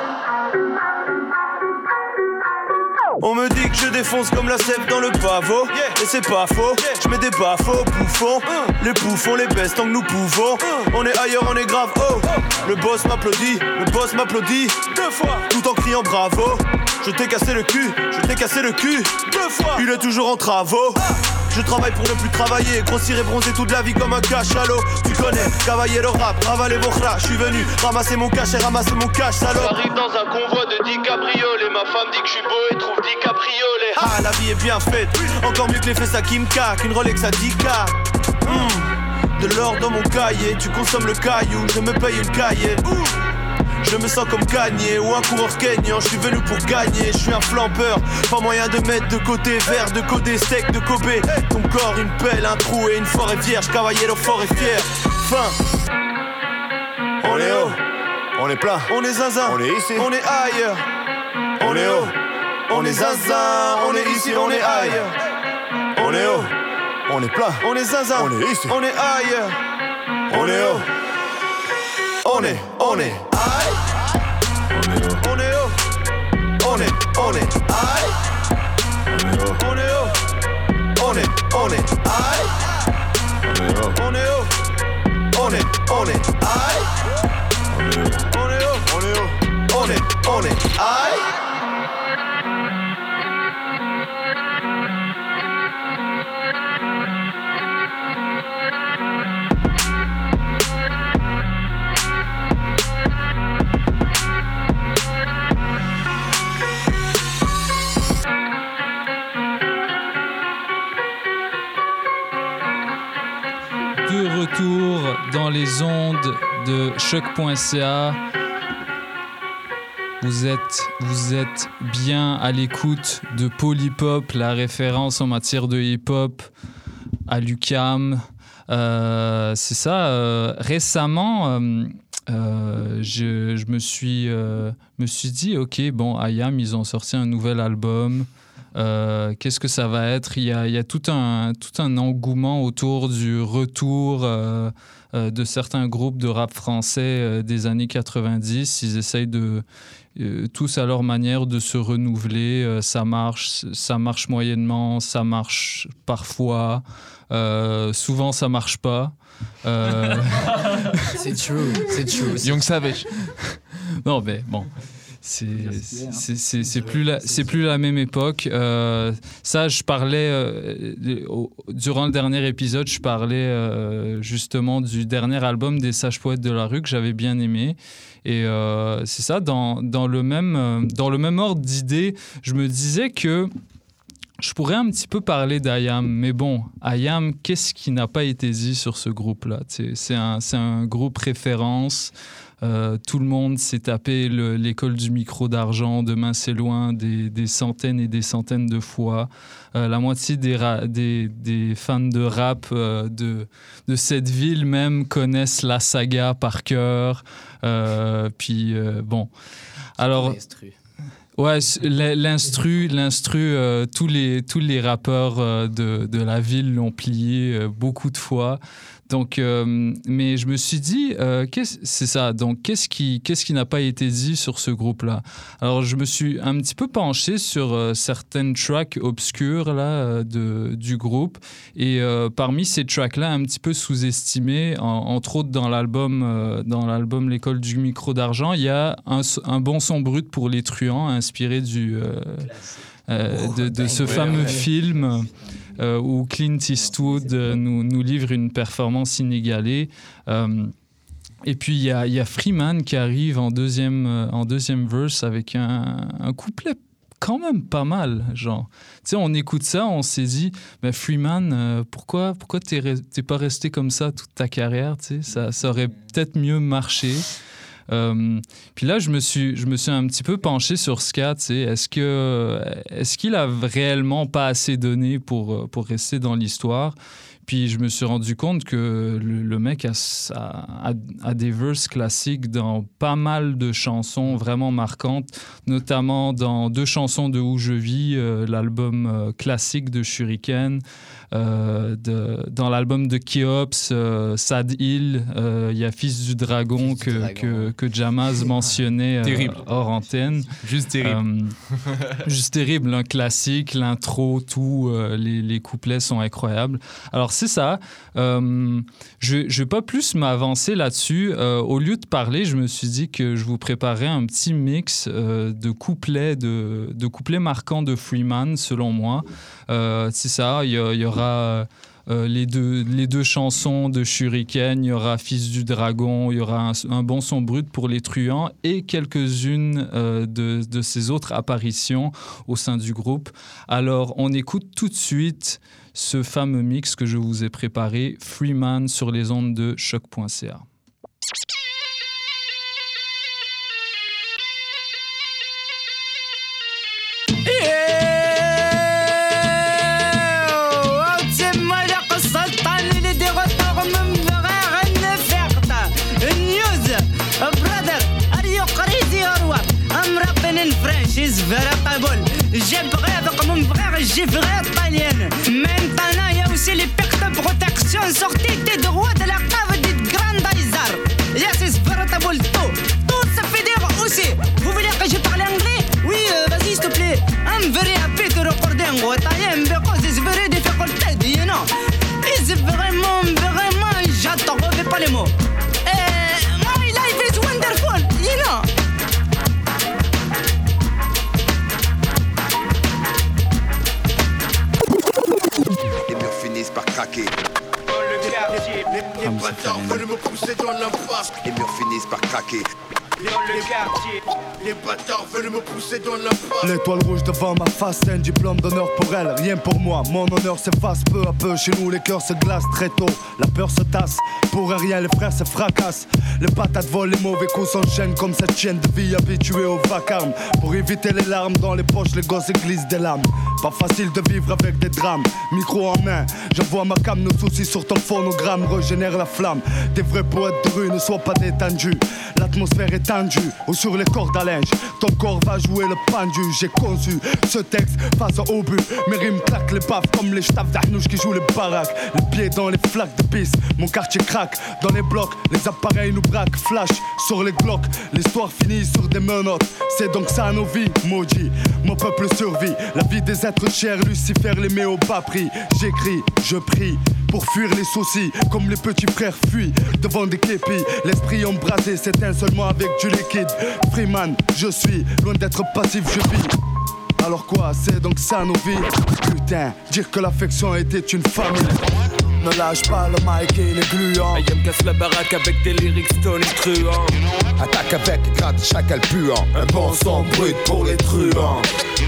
[SPEAKER 10] On me dit que je défonce comme la sève dans le pavot. Yeah. Et c'est pas faux, yeah. Je mets des baffes aux bouffons. uh. Les bouffons, les baisse tant que nous pouvons. uh. On est ailleurs, on est grave oh. oh Le boss m'applaudit, le boss m'applaudit deux fois, tout en criant bravo. Je t'ai cassé le cul, je t'ai cassé le cul deux fois, il est toujours en travaux. ah. Je travaille pour ne plus travailler, grossir et bronzer toute la vie comme un cachalot. Tu connais, cavailler le rap, ravaler vos rats. Je suis venu ramasser mon cash et ramasser mon cash, salaud. J'arrive dans un convoi de dix cabriolets. Ma femme dit que je suis beau et trouve dix cabriolets. Ah, la vie est bien faite, encore mieux que les fesses à Kim K, qu'une Rolex à dix K. mmh. De l'or dans mon cahier, tu consommes le caillou, je me paye une cahier. Ouh. Je me sens comme Kanye ou un coureur kényan. Je suis venu pour gagner, je suis un flampeur. Pas moyen de mettre de côté verre, de côté steak, de Kobe. Ton corps, une pelle, un trou et une forêt vierge. Caballero fort et fier. Fin. On est haut, on est plein, on est zinzin, on est ici, on est ailleurs. On est haut, on est zinzin, on est ici, on est ailleurs. On est haut, on est plein, on est zinzin, on est ici, on est ailleurs. On est haut, on est, on est aïe. On est haut, on est, on est aïe. On est haut, on est, on est aïe. On est haut, on est, on est aïe. On est haut, on est haut, on est, on est aïe.
[SPEAKER 1] De retour dans les ondes de choc point c a. Vous êtes, vous êtes bien à l'écoute de Polypop, la référence en matière de hip-hop à l'U Q A M. Euh, c'est ça. Euh, récemment, euh, euh, je, je me suis, euh, me suis dit, ok, bon, I A M, ils ont sorti un nouvel album. Euh, qu'est-ce que ça va être? Il y a, il y a tout, un, tout un engouement autour du retour euh, euh, de certains groupes de rap français euh, des années quatre-vingt-dix. Ils essayent de, euh, tous à leur manière de se renouveler. Euh, ça marche, ça marche moyennement, ça marche parfois. Euh, souvent, ça marche pas. Euh...
[SPEAKER 2] c'est true, c'est true.
[SPEAKER 11] Young Savage.
[SPEAKER 1] Non, mais bon. C'est, c'est, c'est, c'est, plus la, c'est plus la même époque. Euh, ça, je parlais, euh, au, durant le dernier épisode, je parlais euh, justement du dernier album des Sages Poètes de la Rue que j'avais bien aimé. Et euh, c'est ça, dans, dans, le même, euh, dans le même ordre d'idées, je me disais que je pourrais un petit peu parler d'I A M, mais bon, I A M, qu'est-ce qui n'a pas été dit sur ce groupe-là? C'est un, c'est un groupe référence. Euh, tout le monde s'est tapé le, l'école du micro d'argent, Demain c'est loin, des, des centaines et des centaines de fois. Euh, la moitié des, ra- des, des fans de rap euh, de, de cette ville même connaissent la saga par cœur. Euh, puis euh, bon, alors...
[SPEAKER 2] L'instru.
[SPEAKER 1] Ouais, l'instru, l'instru euh, tous, les, tous les rappeurs euh, de, de la ville l'ont plié euh, beaucoup de fois. Donc, euh, mais je me suis dit, euh, qu'est-ce, c'est ça, donc qu'est-ce qui, qu'est-ce qui n'a pas été dit sur ce groupe-là? Alors, je me suis un petit peu penché sur euh, certaines tracks obscures là, euh, de, du groupe. Et euh, parmi ces tracks-là, un petit peu sous-estimées, en, entre autres dans l'album, euh, dans l'album L'école du micro d'argent, il y a un, un bon son brut pour les truands, inspiré du, euh, euh, de, de ce fameux film euh, où Clint Eastwood euh, nous, nous livre une performance inégalée. Euh, et puis, il y a, y a Freeman qui arrive en deuxième, euh, en deuxième verse avec un, un couplet quand même pas mal. Genre, tu sais, on écoute ça, on s'est dit, ben Freeman, euh, pourquoi, pourquoi t'es, re- t'es pas resté comme ça toute ta carrière? Tu sais, ça, ça aurait peut-être mieux marché. Euh, puis là, je me suis, je me suis un petit peu penché sur Ska. Est-ce que, est-ce qu'il a réellement pas assez donné pour, pour rester dans l'histoire? Puis je me suis rendu compte que le, le mec a, a, a des verses classiques dans pas mal de chansons vraiment marquantes, notamment dans deux chansons de Où je vis, euh, l'album euh, classique de Shuriken, euh, de, dans l'album de Keops, euh, Sad Hill, il euh, y a Fils du Dragon, Fils que, du Dragon. que, que Jamaz mentionnait euh, hors antenne.
[SPEAKER 11] Juste terrible.
[SPEAKER 1] Euh, juste terrible, un classique, l'intro, tout, euh, les, les couplets sont incroyables. Alors, c'est ça. Euh, je ne vais pas plus m'avancer là-dessus. Euh, au lieu de parler, je me suis dit que je vous préparais un petit mix euh, de couplets, de, de couplets marquants de Freeman, selon moi. Euh, c'est ça. Il y, y aura euh, les, deux, les deux chansons de Shuriken, il y aura Fils du Dragon, il y aura un, un bon son brut pour les truands et quelques-unes euh, de, de ses autres apparitions au sein du groupe. Alors, on écoute tout de suite ce fameux mix que je vous ai préparé, Freeman sur les ondes de choc point c a.
[SPEAKER 12] J'aimerais avec mon frère, j'ai vrai italien. Maintenant, il y a aussi les pertes de protection sorties des droits de la cave de Grand Aizar. Yes, it's veritable tout. Tout ça fait dire aussi. Vous voulez que je parle anglais? Oui, euh, vas-y, s'il te plaît. I'm very happy to record in Italian because it's very difficult, you know. It's vraiment, vraiment, j'attends pas les mots. Uh, my life is wonderful, you know.
[SPEAKER 13] Par craquer. Dans le quartier, les, les bâtards veulent me pousser dans l'impasse. Les murs finissent par craquer. Dans le quartier, les bâtards veulent me pousser dans l'impasse.
[SPEAKER 14] L'étoile rouge devant ma face, c'est un diplôme d'honneur pour elle. Rien pour moi, mon honneur s'efface peu à peu. Chez nous, les cœurs se glacent très tôt. La peur se tasse, pour rien, les frères se fracassent. Les patates volent, les mauvais coups s'enchaînent comme cette chienne de vie habituée au vacarme. Pour éviter les larmes dans les poches, les gosses glissent des lames. Pas facile de vivre avec des drames. Micro en main, j'envoie ma cam, nos soucis sur ton phonogramme régénère la flamme. Des vrais poètes de rue ne soient pas détendus. L'atmosphère est tendu ou sur les cordes à linge. Ton corps va jouer le pendu. J'ai conçu ce texte face au but. Mes rimes claquent les baffes comme les staffs d'Arnouche qui jouent les baraques. Les pieds dans les flaques de pisse, mon quartier craque. Dans les blocs, les appareils nous braquent. Flash sur les glocks, l'histoire finit sur des menottes. C'est donc ça nos vies, maudit. Mon peuple survit, la vie des êtres chers. Lucifer les met au bas prix. J'écris, je prie pour fuir les soucis. Comme les petits frères fuient devant des képis. L'esprit embrasé s'éteint seulement avec du liquide. Freeman, je suis loin d'être passif, je vis. Alors quoi, c'est donc ça nos vies? Putain, dire que l'affection était une famille. Ne lâche pas le mic et les gluants.
[SPEAKER 11] I M casse la baraque avec des lyrics tonitruants.
[SPEAKER 15] Attaque avec grade chacal puant. Un bon son brut pour les truands.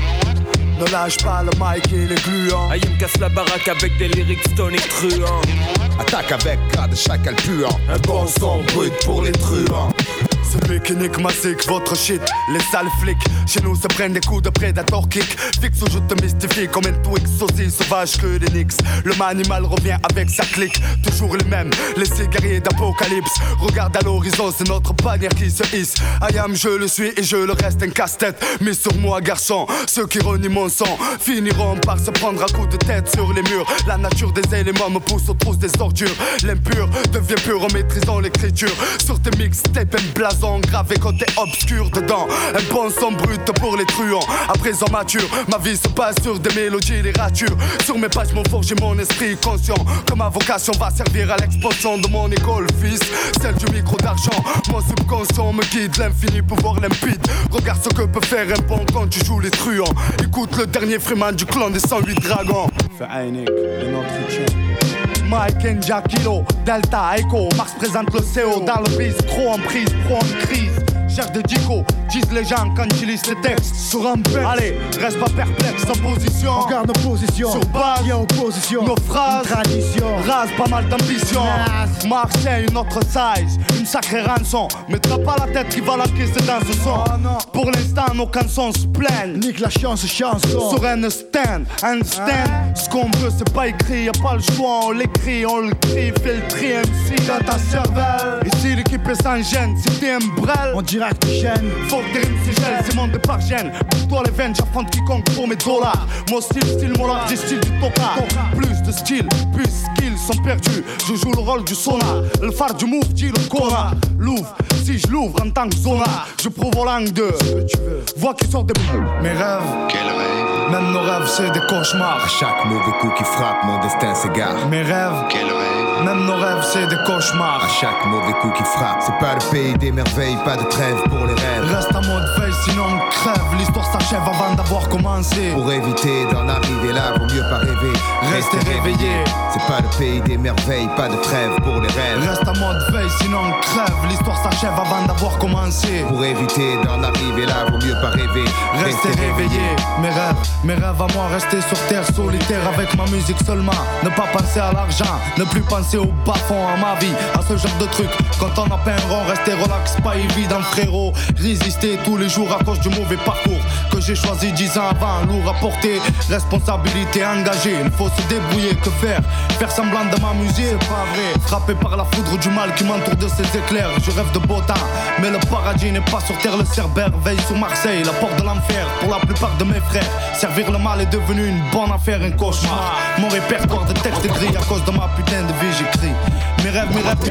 [SPEAKER 14] Ne lâche pas le mic et les gluants.
[SPEAKER 11] I M casse la baraque avec des lyrics tonitruants.
[SPEAKER 15] Attaque avec grade chacal puant. Un bon son brut pour les truands.
[SPEAKER 14] Celui qui nique ma zik, votre shit, les sales flics. Chez nous se prennent des coups de prédator kick. Fixe où je te mystifie comme un Twix aussi sauvage que des Knicks. Le manimal revient avec sa clique, toujours les mêmes, les cigariers d'apocalypse. Regarde à l'horizon, c'est notre bannière qui se hisse. I am, je le suis et je le reste un casse-tête. Mais sur moi garçon, ceux qui renient mon sang finiront par se prendre à coups de tête sur les murs. La nature des éléments me pousse aux trousses des ordures. L'impur devient pur en maîtrisant l'écriture. Sur tes mixtapes and blason gravé côté obscur dedans. Un bon son brut pour les truands. À présent mature, ma vie se passe sur des mélodies, les ratures. Sur mes pages m'ont forgé mon esprit conscient. Que ma vocation va servir à l'expansion de mon école, fils. Celle du micro d'argent. Mon subconscient me guide, l'infini pouvoir limpide. Regarde ce que peut faire un bon quand tu joues les truands. Écoute le dernier Freeman du clan des cent huit dragons. Vereinig in notre Mike and Jack Kilo, Delta, Echo, Mars présente le C O dans le bis, trop en prise, pro en crise. Cherche des dicos, disent les gens quand ils lisent les textes. Sur un bec, allez, reste pas perplexe, en position. On garde nos positions, sur base, y'a opposition. Nos phrases, une tradition, rase pas mal d'ambition. Marseille, une autre size, une sacrée rançon. Mais t'as pas la tête qui va la caisser dans ce son. Oh, non. Pour l'instant, nos cançons se plaignent. Nique la chance, chanson. Sur un stand, un stand. Hein? Ce qu'on veut, c'est pas écrit, y'a pas le choix, on l'écrit, on le crie, fait le tri M C dans ta cervelle. Ici, l'équipe est sans gêne, si t'es un brel, on dirait que tu gênes. Faut que tes rimes s'égèlent, c'est mon départ gêne. Pour toi, les veines, j'affronte quiconque pour mes dollars. Mon style, style, mon art, j'ai style du toka. Plus de style, plus skills sont perdus. Je joue le rôle du sonar, le phare du move, dit le connard. L'ouvre, si je l'ouvre en tant que zona, je prouve aux langues de ce que tu veux. Vois qui sort des mes rêves.
[SPEAKER 15] Quel rêve?
[SPEAKER 14] Même nos rêves, c'est des cauchemars.
[SPEAKER 15] À chaque mauvais coup qui frappe, mon destin s'égare.
[SPEAKER 14] Mes rêves.
[SPEAKER 15] Quel rêve?
[SPEAKER 14] Même nos rêves, c'est des cauchemars.
[SPEAKER 15] À chaque mauvais coup qui frappe, c'est pas le pays des merveilles, pas de trêve pour les rêves.
[SPEAKER 14] Reste en mode veille, sinon on crève. L'histoire s'achève avant d'avoir commencé.
[SPEAKER 15] Pour éviter d'en arriver là, vaut mieux pas rêver.
[SPEAKER 14] Restez réveillés.
[SPEAKER 15] C'est pas le pays des merveilles, pas de trêve pour les rêves.
[SPEAKER 14] Reste en mode veille, sinon on crève. L'histoire s'achève avant d'avoir commencé.
[SPEAKER 15] Pour éviter d'en arriver là, vaut mieux pas rêver.
[SPEAKER 14] Restez réveillés. Mes rêves, mes rêves à moi, rester sur terre solitaire avec ma musique seulement. Ne pas penser à l'argent, ne plus penser au bas-fond à ma vie, à ce genre de truc. Quand on a peint un rond, rester relax, pas évident frérot. Résister tous les jours à cause du mauvais parcours que j'ai choisi dix ans avant, lourd à porter. Responsabilité engagée, il faut se débrouiller, que faire? Faire semblant de m'amuser, pas vrai. Frappé par la foudre du mal qui m'entoure de ses éclairs. Je rêve de beau temps, mais le paradis n'est pas sur terre. Le Cerbère veille sur Marseille, la porte de l'enfer pour la plupart de mes frères. Servir le mal est devenu une bonne affaire, un cauchemar. Mon répertoire de textes gris à cause de ma putain de vie, j'écris mes rêves, mes rêves.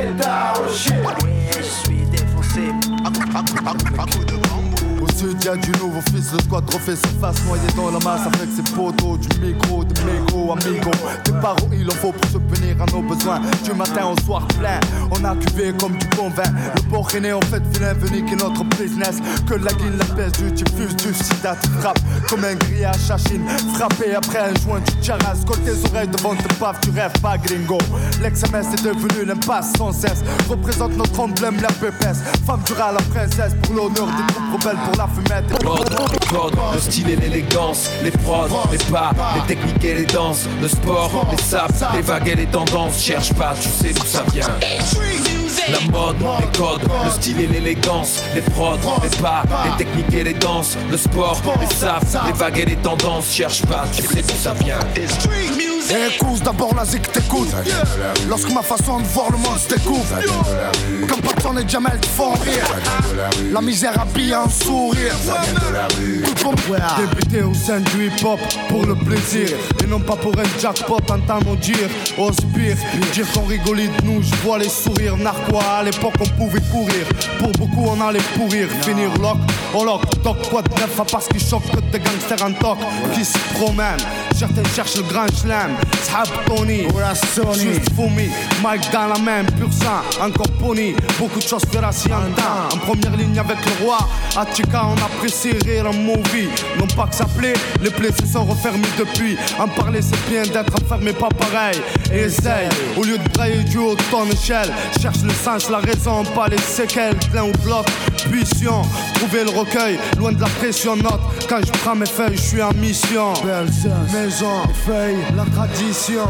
[SPEAKER 3] Je suis défoncé à coup, à coup, à coup, à coup de bambou.
[SPEAKER 14] Au sud y'a du nouveau fils, le squad refait surface, noyé dans la masse avec ses poteaux, du micro, de mégo, amigo. Des paroles il en faut pour subvenir à nos besoins. Du matin au soir plein, on a cuvé comme du bon vin. Le port rené en fait vilain venu qui est notre business. Que la guine, la peste, du diffuse, du sida te frappe comme un grillage à Chine. Frappé après un joint, tu tiaras, colle tes oreilles devant tes baffes, tu rêves pas gringo. L'ex-M S est devenu l'impasse sans cesse. Représente notre emblème, la pépesse. Femme dura la princesse pour l'honneur des troupes rebelles pour la fumette.
[SPEAKER 16] Les codes, le style et l'élégance, les prods, les pas, les techniques et les danses, le sport, les saps, les vagues et les tendances. Cherche pas, tu sais d'où ça vient. La mode, les codes, le style et l'élégance, les prods, les pas, les techniques et les danses, le sport, les saps, les vagues et les tendances. Cherche pas, tu sais d'où ça vient.
[SPEAKER 14] Et écoute d'abord la zik t'écoute. Lorsque ma façon de voir le monde se découvre. Comme Patton et Jamel te font rire. La misère habille un sourire. Tout pour débuter au sein du hip-hop pour le plaisir. Et non pas pour un jackpot, entendre dire au spire. Dire qu'on rigolait de nous, je vois les sourires. Narquois, à l'époque on pouvait courir. Pour beaucoup on allait pourrir. Finir lock, oh lock, toc, quoi de neuf. À parce qu'ils choquent que des gangsters en toc qui se promènent. Certains cherchent le grand chelem. Shab Tony, juste Fumi. Mike dans la main, pur sang, encore pony. Beaucoup de choses faire si en temps. En première ligne avec le roi. À Chica on apprécie rire en movie. Non pas que ça plaît, les plaies se sont refermées depuis. En parler c'est bien d'être enfermé, pas pareil. Et essaye, au lieu de brailler du haut de ton échelle. Cherche le sens, la raison, pas les séquelles. Plein ou bloc, puission. Trouver le recueil, loin de la pression. Note, quand je prends mes feuilles, je suis en mission. Belle maison, feuilles, la tradition.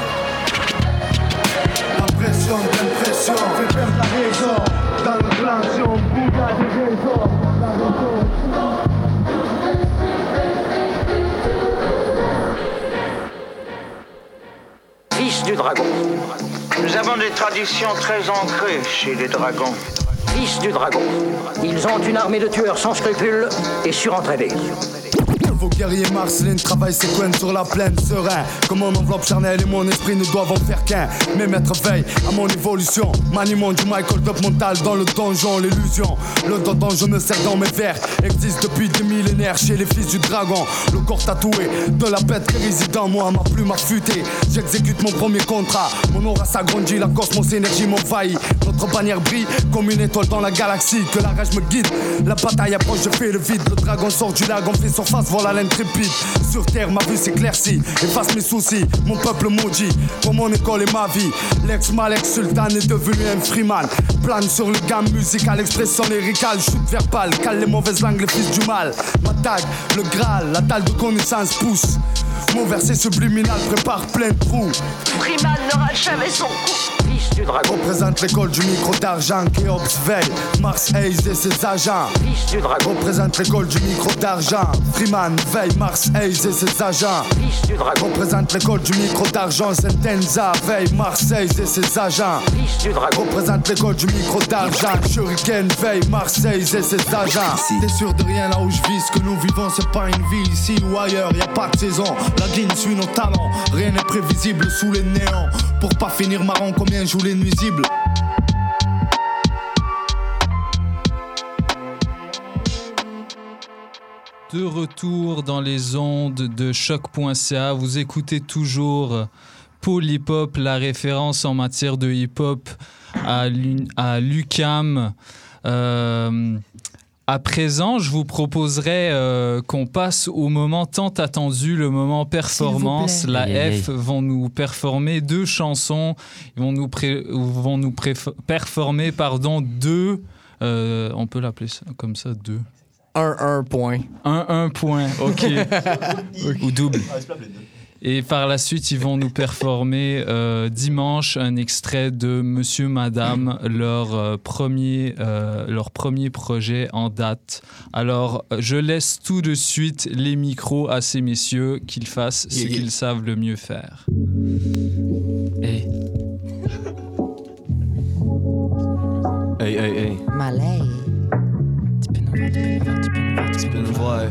[SPEAKER 14] La pression, l'impression, fait perdre la raison. Dans le clan, si on bouge à des raisons. La raison.
[SPEAKER 17] Fils du dragon. Nous avons des traditions très ancrées chez les dragons. Fils du dragon. Ils ont une armée de tueurs sans scrupules et surentraînés.
[SPEAKER 14] Vos guerriers marcelines travaillent ses coins sur la plaine serein. Comme mon enveloppe charnelle et mon esprit ne doivent en faire qu'un. Mes maîtres veillent à mon évolution. Maniement du Michael Dup mental dans le donjon, l'illusion. Le dodon je me sers dans mes vers existe depuis des millénaires chez les fils du dragon. Le corps tatoué de la bête qui réside en moi. Ma plume affûtée, j'exécute mon premier contrat. Mon aura s'agrandit, la cosmos énergie m'envahit. Notre bannière brille comme une étoile dans la galaxie. Que la rage me guide, la bataille approche, je fais le vide. Le dragon sort du lagon, fait surface, voilà l'intrépide. Sur terre, ma vue s'éclaircit. Efface mes soucis, mon peuple maudit. Pour mon école et ma vie. L'ex-Malek Sultan est devenu un freeman. Plane sur le gamme musical, expression lyricale. Chute verbale, cale les mauvaises langues, les fils du mal. Ma dague, le Graal, la dalle de connaissance pousse. Mon verset subliminal prépare plein de trous.
[SPEAKER 17] Freeman n'aura jamais son coup. Fils du dragon.
[SPEAKER 14] Représente l'école du micro d'argent. Kéops veille, Mars Hayes et ses agents.
[SPEAKER 17] Fils du dragon.
[SPEAKER 14] Représente l'école du micro d'argent. Freeman veille, Mars Hayes et ses agents.
[SPEAKER 17] Fils du dragon.
[SPEAKER 14] Représente l'école du micro d'argent. Sentenza veille, Mars Hayes et ses agents.
[SPEAKER 17] Fils du dragon.
[SPEAKER 14] Représente l'école du micro d'argent. Shuriken veille, Mars Hayes et ses agents. T'es sûr de rien là où je vis. Ce que nous vivons c'est pas une ville. Ici ou ailleurs, y a pas de saison. La guine suit nos talents. Rien n'est prévisible sous les néons. Pour pas finir marron, combien jouent les nuisibles.
[SPEAKER 1] De retour dans les ondes de choc point c a, vous écoutez toujours Paul Hip Hop, la référence en matière de hip hop à l'U Q A M. Euh, à présent, je vous proposerais euh, qu'on passe au moment tant attendu, le moment performance. La
[SPEAKER 7] yeah,
[SPEAKER 1] F
[SPEAKER 7] yeah.
[SPEAKER 1] vont nous performer deux chansons. Ils vont nous, pré- vont nous pré- performer pardon, deux. Euh, on peut l'appeler ça, comme ça, deux.
[SPEAKER 2] Un, un point.
[SPEAKER 1] Un, un point, OK. Ou double. Et par la suite, ils vont nous performer euh, dimanche un extrait de Monsieur Madame, leur, euh, premier, euh, leur premier projet en date. Alors, je laisse tout de suite les micros à ces messieurs qu'ils fassent ce qu'ils savent le mieux faire. Hey.
[SPEAKER 6] Hey, hey, hey.
[SPEAKER 5] Malay.
[SPEAKER 6] Tu peux nous voir.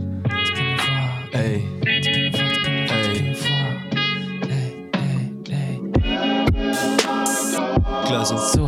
[SPEAKER 6] Hey. Classe.
[SPEAKER 7] So.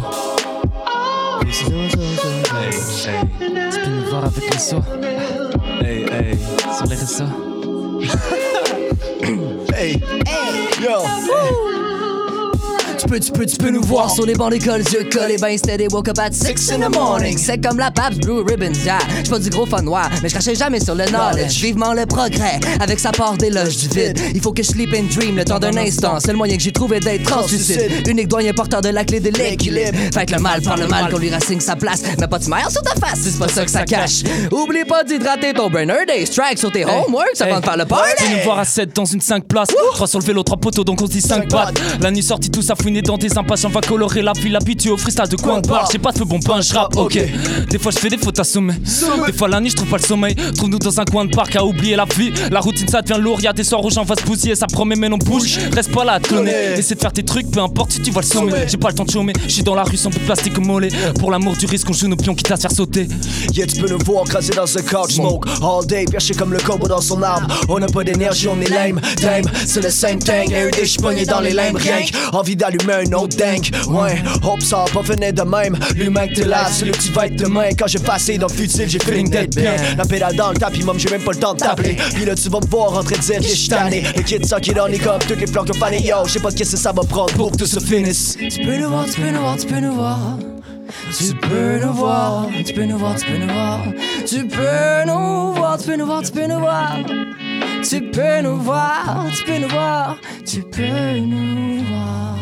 [SPEAKER 6] Hey, hey.
[SPEAKER 7] Tu peux nous voir avec les sauts.
[SPEAKER 6] Hey, hey.
[SPEAKER 7] Sur les réseaux.
[SPEAKER 2] Hey, hey, yo, hey. Tu peux, tu peux, tu peux nous voir sur les bancs d'école, yeux collés, ben steady, woke up at six in the morning. C'est comme la Pabst Blue Ribbon, yeah. J'suis pas du gros fan noir, mais j'crachais jamais sur le knowledge. Vivement le progrès, avec sa part d'éloge du vide. Il faut que je sleep and dream le temps d'un instant. C'est le moyen que j'ai trouvé d'être translucide. Unique doyen porteur de la clé de l'équilibre. Fait que le mal prend le mal, qu'on lui rassigne sa place. Mais pas de smile sur ta face, c'est pas ça que ça cache. Oublie pas d'hydrater ton burner day. Strike sur tes homeworks avant de faire le party.
[SPEAKER 7] Tu nous voir à sept dans une cinq places. trois sur le vélo, trois poteaux, donc on se dit cinq pattes. La nuit sortie, tout ça fouiné
[SPEAKER 4] dans des impatients va colorer la vie, l'habitude au freestyle de coin de bar. J'ai pas de feu bon pain, j'rappe, ok. Des fois je fais des fautes à sommet. Des fois la nuit je trouve pas le sommeil. Trouve-nous dans un coin de parc à oublier la vie. La routine ça devient lourd, y'a des soirs où j'en va se bousiller. Ça promet mais non bouge, reste pas là à te cloner. Essaie de faire tes trucs, peu importe si tu vois le sommet. J'ai pas le temps de chômer, j'suis dans la rue sans bout de plastique au mollet. Pour l'amour du risque on joue nos pions quitte à se faire sauter.
[SPEAKER 10] Yeah, tu peux nous voir crasés dans ce couch smoke all day, perché comme le corbeau dans son arbre. On n'a pas d'énergie, on est lame, damn, c'est le same thing. Everyday j'suis pogné dans les limbes, rien envie d'allumer un autre dingue. Ouais, hope ça a pas fini de même. L'humain que t'es là, c'est le petit va être demain. Quand j'ai passé dans le futile, j'ai feeling d'être bien. La pédale dans le tapis, mom, j'ai même pas le temps de t'appeler. Puis là, tu vas me voir en train de dire que j'suis tanné. Le kid ça qui est dans les copes, toutes les planques de fané. Yo, j'sais pas qu'est-ce que ça va prendre pour que tout se finisse.
[SPEAKER 18] Tu peux nous voir, tu peux nous voir, tu peux nous voir. Tu peux nous voir, tu peux nous voir, tu peux nous voir. Tu peux nous voir, tu peux nous voir, tu peux nous voir. Tu peux nous voir, tu peux nous voir. Tu peux nous voir.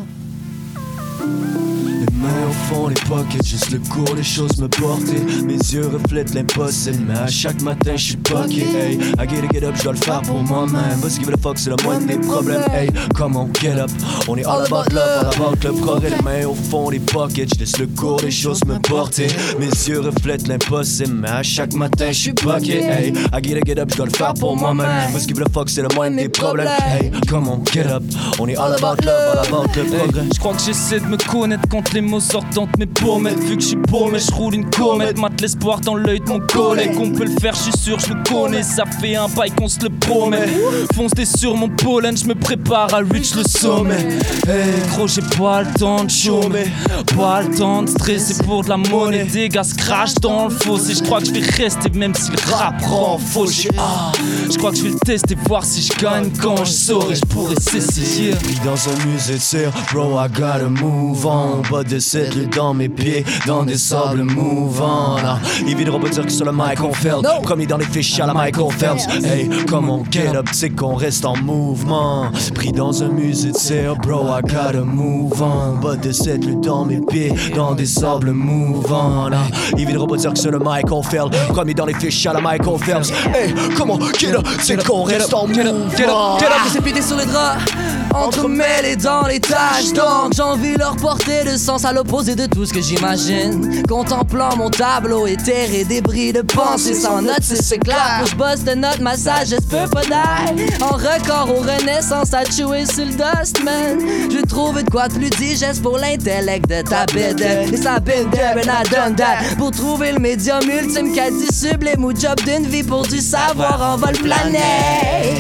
[SPEAKER 10] Les mains au fond, les pockets, juste le cours, les choses me porter. Mes yeux reflètent l'impossible, mais à chaque matin j'suis poqué. Hey, I gotta get up, j'dois le faire pour moi-même. Vas-y, give it a fuck, c'est le moindre des problèmes. Hey, come on, get up. On est all about love, all about le progrès. Les mains au fond, les pockets, j'laisse le cours, les choses me porter. Mes yeux reflètent l'impossible, mais à chaque matin j'suis poqué. Hey, I gotta get up, j'dois le faire pour moi-même. Vas-y, give it a fuck, c'est le moindre des problèmes. Hey, come on, get up. On est all about love, all about le progrès.
[SPEAKER 4] J'crois que j'essaie de me connaître quand les mots sortent entre mes pommettes. Vu que j'suis beau mais j'roule une comète. Mate l'espoir dans l'œil de mon collègue. On peut le faire, j'suis sûr, j'le connais. Ça fait un bail qu'on se le promet. Foncez sur mon pollen, j'me prépare à reach le sommet. Hey gros, j'ai pas le temps de chômer, pas le temps de stresser pour de la monnaie. Des gars se crachent dans le fossé. J'crois que j'vais rester même si le rap rend faux. Ah, j'crois que j'vais le tester, voir si j'gagne quand j'saurai. J'pourrais s'essayer.
[SPEAKER 10] Pris dans un musée de cire, bro, I gotta move on. Bas de cette lutte dans mes pieds, dans des sables mouvants. Là, il viendra pas dire que sur le Michael Phelps. Promis dans les fiches à la Michael Phelps. Hey, come on, get up, c'est qu'on reste en mouvement. Pris dans un musée de cire, bro, I gotta move on. Bas de cette lutte dans mes pieds, dans des sables mouvants. Là, il viendra pas dire que sur le Michael Phelps. Promis dans les fiches à la Michael Phelps. Hey, come on, get up, c'est qu'on reste en mouvement.
[SPEAKER 18] Get up, get up, c'est pété sur les draps. Entremêlés dans les tâches, donc j'ai envie de leur porter de sens à l'opposé de tout ce que j'imagine. Contemplant mon tableau éthéré, débris de pensée sans notes, c'est c'est clair. Faut j'bosse de notes, massage, j'espère pas d'ail. En record aux renaissances à chouer sur le dust, man. J'ai trouvé de quoi de plus digeste pour l'intellect de ta bête. Et ça been there and I done that. Pour trouver le médium ultime qu'a dit sublime ou job d'une vie pour du savoir en vol planer.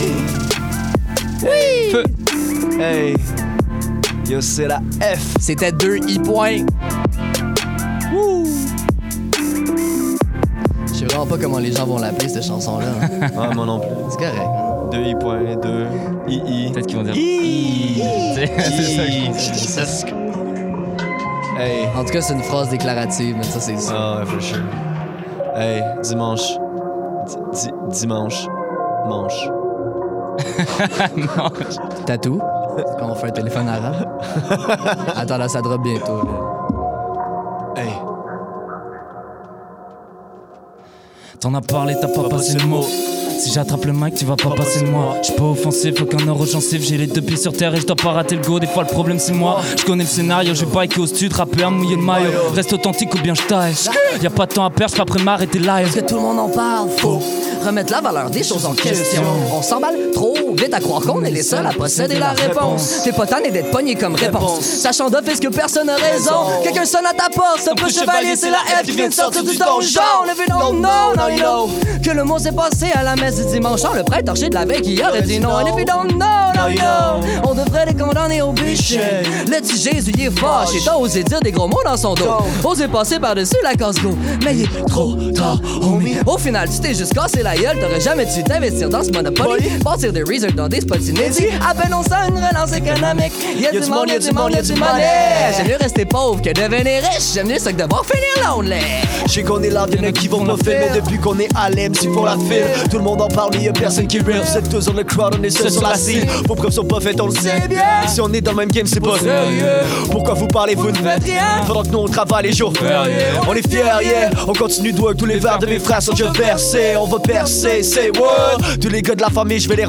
[SPEAKER 18] Oui!
[SPEAKER 10] Feu. Hey, yo, c'est la F.
[SPEAKER 18] C'était deux i points.
[SPEAKER 2] Wouh! Je sais vraiment pas comment les gens vont l'appeler, cette chanson-là. Hein.
[SPEAKER 6] Ah, moi non plus.
[SPEAKER 2] C'est correct.
[SPEAKER 6] deux i points, deux i i.
[SPEAKER 7] Peut-être qu'ils vont dire
[SPEAKER 2] I.
[SPEAKER 7] C'est ça.
[SPEAKER 2] Hey. En tout cas, c'est une phrase déclarative, mais ça, c'est sûr.
[SPEAKER 6] Ah, ouais, for sure. Hey, dimanche. Di- di- dimanche. Manche.
[SPEAKER 2] Manche. Tatou? Quand on fait un téléphone arabe. Attends, là, ça drop bientôt. Là.
[SPEAKER 10] Hey.
[SPEAKER 4] T'en as parlé, t'as pas passé le mot. Si j'attrape le mic, tu vas pas passer de moi. J'suis pas offensif, aucun euro offensif. J'ai les deux pieds sur terre et j'dois pas rater le go. Des fois le problème c'est moi. J'connais le scénario, j'ai biké au stud, rapper à mouiller le maillot. Reste authentique ou bien j'taille. Y'a pas de temps à perdre, j'suis pas prêt m'arrêter live.
[SPEAKER 18] Parce que tout le monde en parle, faut remettre la valeur des choses en question. On s'emballe trop vite à croire qu'on est les seuls à posséder la réponse. T'es pas tanné d'être pogné comme réponse, sachant d'office que personne n'a raison. Quelqu'un sonne à ta porte, c'est pas chevalier, c'est la F qui vient de sortir du donjon. Le vu non, non, non, you know que le mot s'est passé à la messe du dimanche. Le prêtre torché de la veille qui aurait dit non. And if you don't know, now you know. On devrait les condamner au bûcher. Le petit Jésus il est fâché, t'as osé dire des gros mots dans son dos, osé passer par-dessus la casse go. Mais il est trop tard, homie. Au final tu t'es juste cassé la gueule, t'aurais jamais dû t'investir dans ce Monopoly. Bâtir des research dans des spots inédits. À peine on sent une relance économique. Y'a du monde, y'a du monde, y'a du money. J'aime mieux rester pauvre que devenir riche. J'aime mieux ça que devoir finir lonely.
[SPEAKER 10] J'sais qu'on est là, y'en a qui vont pas faire. Mais depuis qu'on est à l'M, s'ils font la file. Tout le monde en parle, mais y'a personne qui rêve. Vous êtes tous dans le crowd, on est seul sur la scène. Vos preuves sont pas faites, on le sait bien. Si on est dans le même game, c'est pas sérieux. Pourquoi vous parlez, vous ne faites rien pendant que nous on travaille les jours fériés. On est fiers, yeah. On continue de work, tous les verres de mes frères sont déjà versés. On va percer, c'est what. Tous les gars de la famille, je vais les remercier.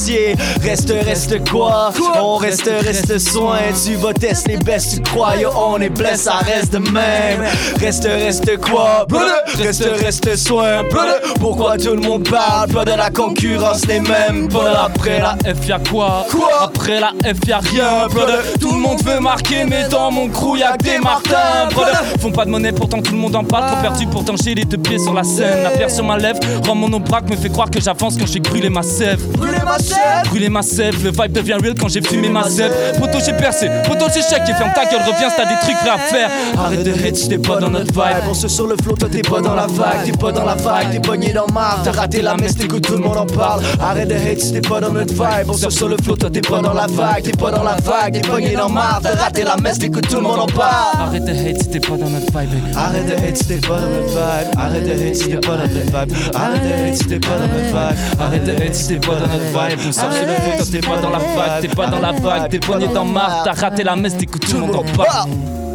[SPEAKER 10] quartier. Reste, reste quoi? On reste, reste soin. Tu vas tester les bestes, tu crois? Yo, on est blessé, ça reste de même. Reste, reste quoi? Reste, reste soin. Pourquoi tout le monde parle? Pas de la concurrence, les mêmes. Pas après la F, y'a quoi? Après la F, y'a rien. Tout le monde veut marquer, mais dans mon crew, y'a que des Martins. Font pas de monnaie, pourtant tout le monde en parle. Trop perdu, pourtant j'ai les deux pieds sur la scène. La pierre sur ma lèvre, rend mon ombraque, me fait croire que j'avance quand j'ai brûlé ma sève. Brûlé ma sève? Brûlé ma sève, le vibe devient real quand j'ai fumé ma sève. Poto j'ai percé, poto j'ai chèque et ferme ta gueule, reviens si t'as des trucs prêts à faire. Arrête de hate si t'es pas dans notre vibe. On se sur le flow, toi t'es pas dans la vague. T'es pas dans la vague, t'es pogné dans marre. T'as raté la messe, t'écoutes, tout le monde en parle. Arrête de hate si t'es pas dans notre vibe. On se sur le flow, toi t'es pas dans la vague. T'es pas dans la vague, t'es pogné dans marre. T'as raté la messe, t'écoutes, tout le monde en parle.
[SPEAKER 7] Arrête de hate si t'es pas dans notre vibe.
[SPEAKER 10] Arrête de hate si t'es pas dans notre vibe. Arrête de hate si t'es pas dans notre vibe. Arrête de hate si t'es pas dans notre vibe. Arrête de hate si t'es pas dans notre vibe. On sort sur le flow, toi t'es pas dans la vague. T'es pas dans la vague, t'es pogné dans marre. T'as raté la messe, t'écoutes, tout le monde en parle.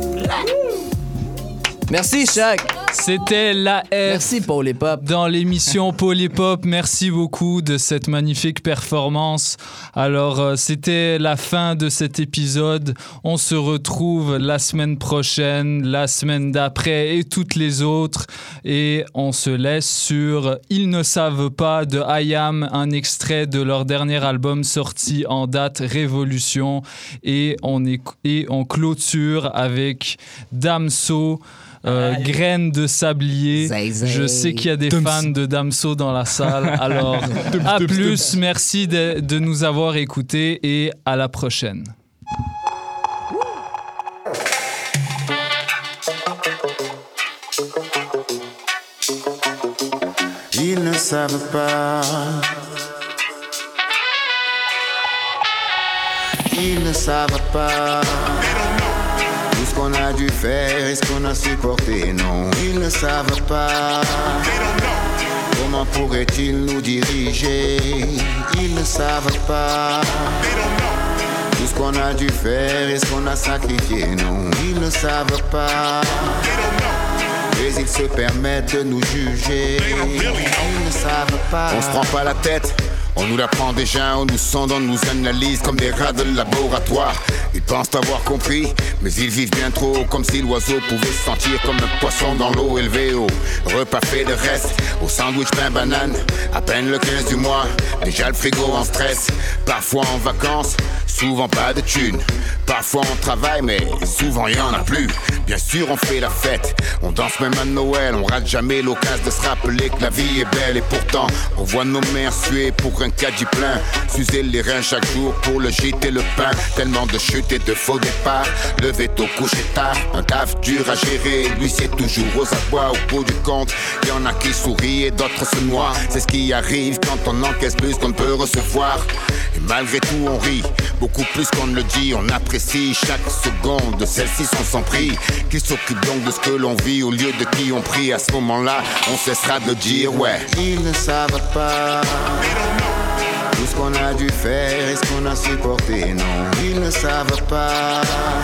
[SPEAKER 2] Merci, Shaq.
[SPEAKER 1] C'était la F.
[SPEAKER 2] Merci, Paul et Pop.
[SPEAKER 1] Dans l'émission Paul et Pop, merci beaucoup de cette magnifique performance. Alors, euh, c'était la fin de cet épisode. On se retrouve la semaine prochaine, la semaine d'après et toutes les autres. Et on se laisse sur Ils ne savent pas de I Am, un extrait de leur dernier album sorti en date, Révolution. Et on, est, et on clôture avec Damso. Euh, graines de sablier. Zay, zay. Je sais qu'il y a des Dums. fans de Damso dans la salle. Alors, à plus. Merci de, de nous avoir écoutés et à la prochaine.
[SPEAKER 13] Ils ne savent pas. Ils ne savent pas. Ce qu'on a dû faire et ce qu'on a supporté, non, ils ne savent pas. Comment pourraient-ils nous diriger? Ils ne savent pas. Tout ce qu'on a dû faire et ce qu'on a sacrifié, non, ils ne savent pas. Mais ils se permettent de nous juger. Ils ne savent pas. On se prend pas la tête. On nous l'apprend déjà, on nous sonde, on nous analyse comme des rats de laboratoire. Ils pensent avoir compris, mais ils vivent bien trop. Comme si l'oiseau pouvait se sentir comme un poisson dans l'eau élevé au repas fait de reste. Au sandwich pain banane, à peine le quinze du mois. Déjà le frigo en stress, parfois en vacances, souvent pas de thunes. Parfois on travaille, mais souvent y en a plus. Bien sûr on fait la fête, on danse même à Noël. On rate jamais l'occasion de se rappeler que la vie est belle. Et pourtant, on voit nos mères suer pour un caddie plein, s'user les reins chaque jour pour le gîte et le pain. Tellement de chutes et de faux départs, levé tôt, couché tard, un taf dur à gérer. Lui c'est toujours aux abois au bout du compte. Y'en a qui sourient et d'autres se noient. C'est ce qui arrive quand on encaisse plus qu'on ne peut recevoir. Et malgré tout on rit, beaucoup plus qu'on ne le dit. On apprécie chaque seconde de celle-ci sont sans prix. Qui s'occupe donc de ce que l'on vit au lieu de qui on prie. À ce moment-là, on cessera de dire ouais. Ils ne savent pas. Tout ce qu'on a dû faire et ce qu'on a supporté, non, ils ne savent pas.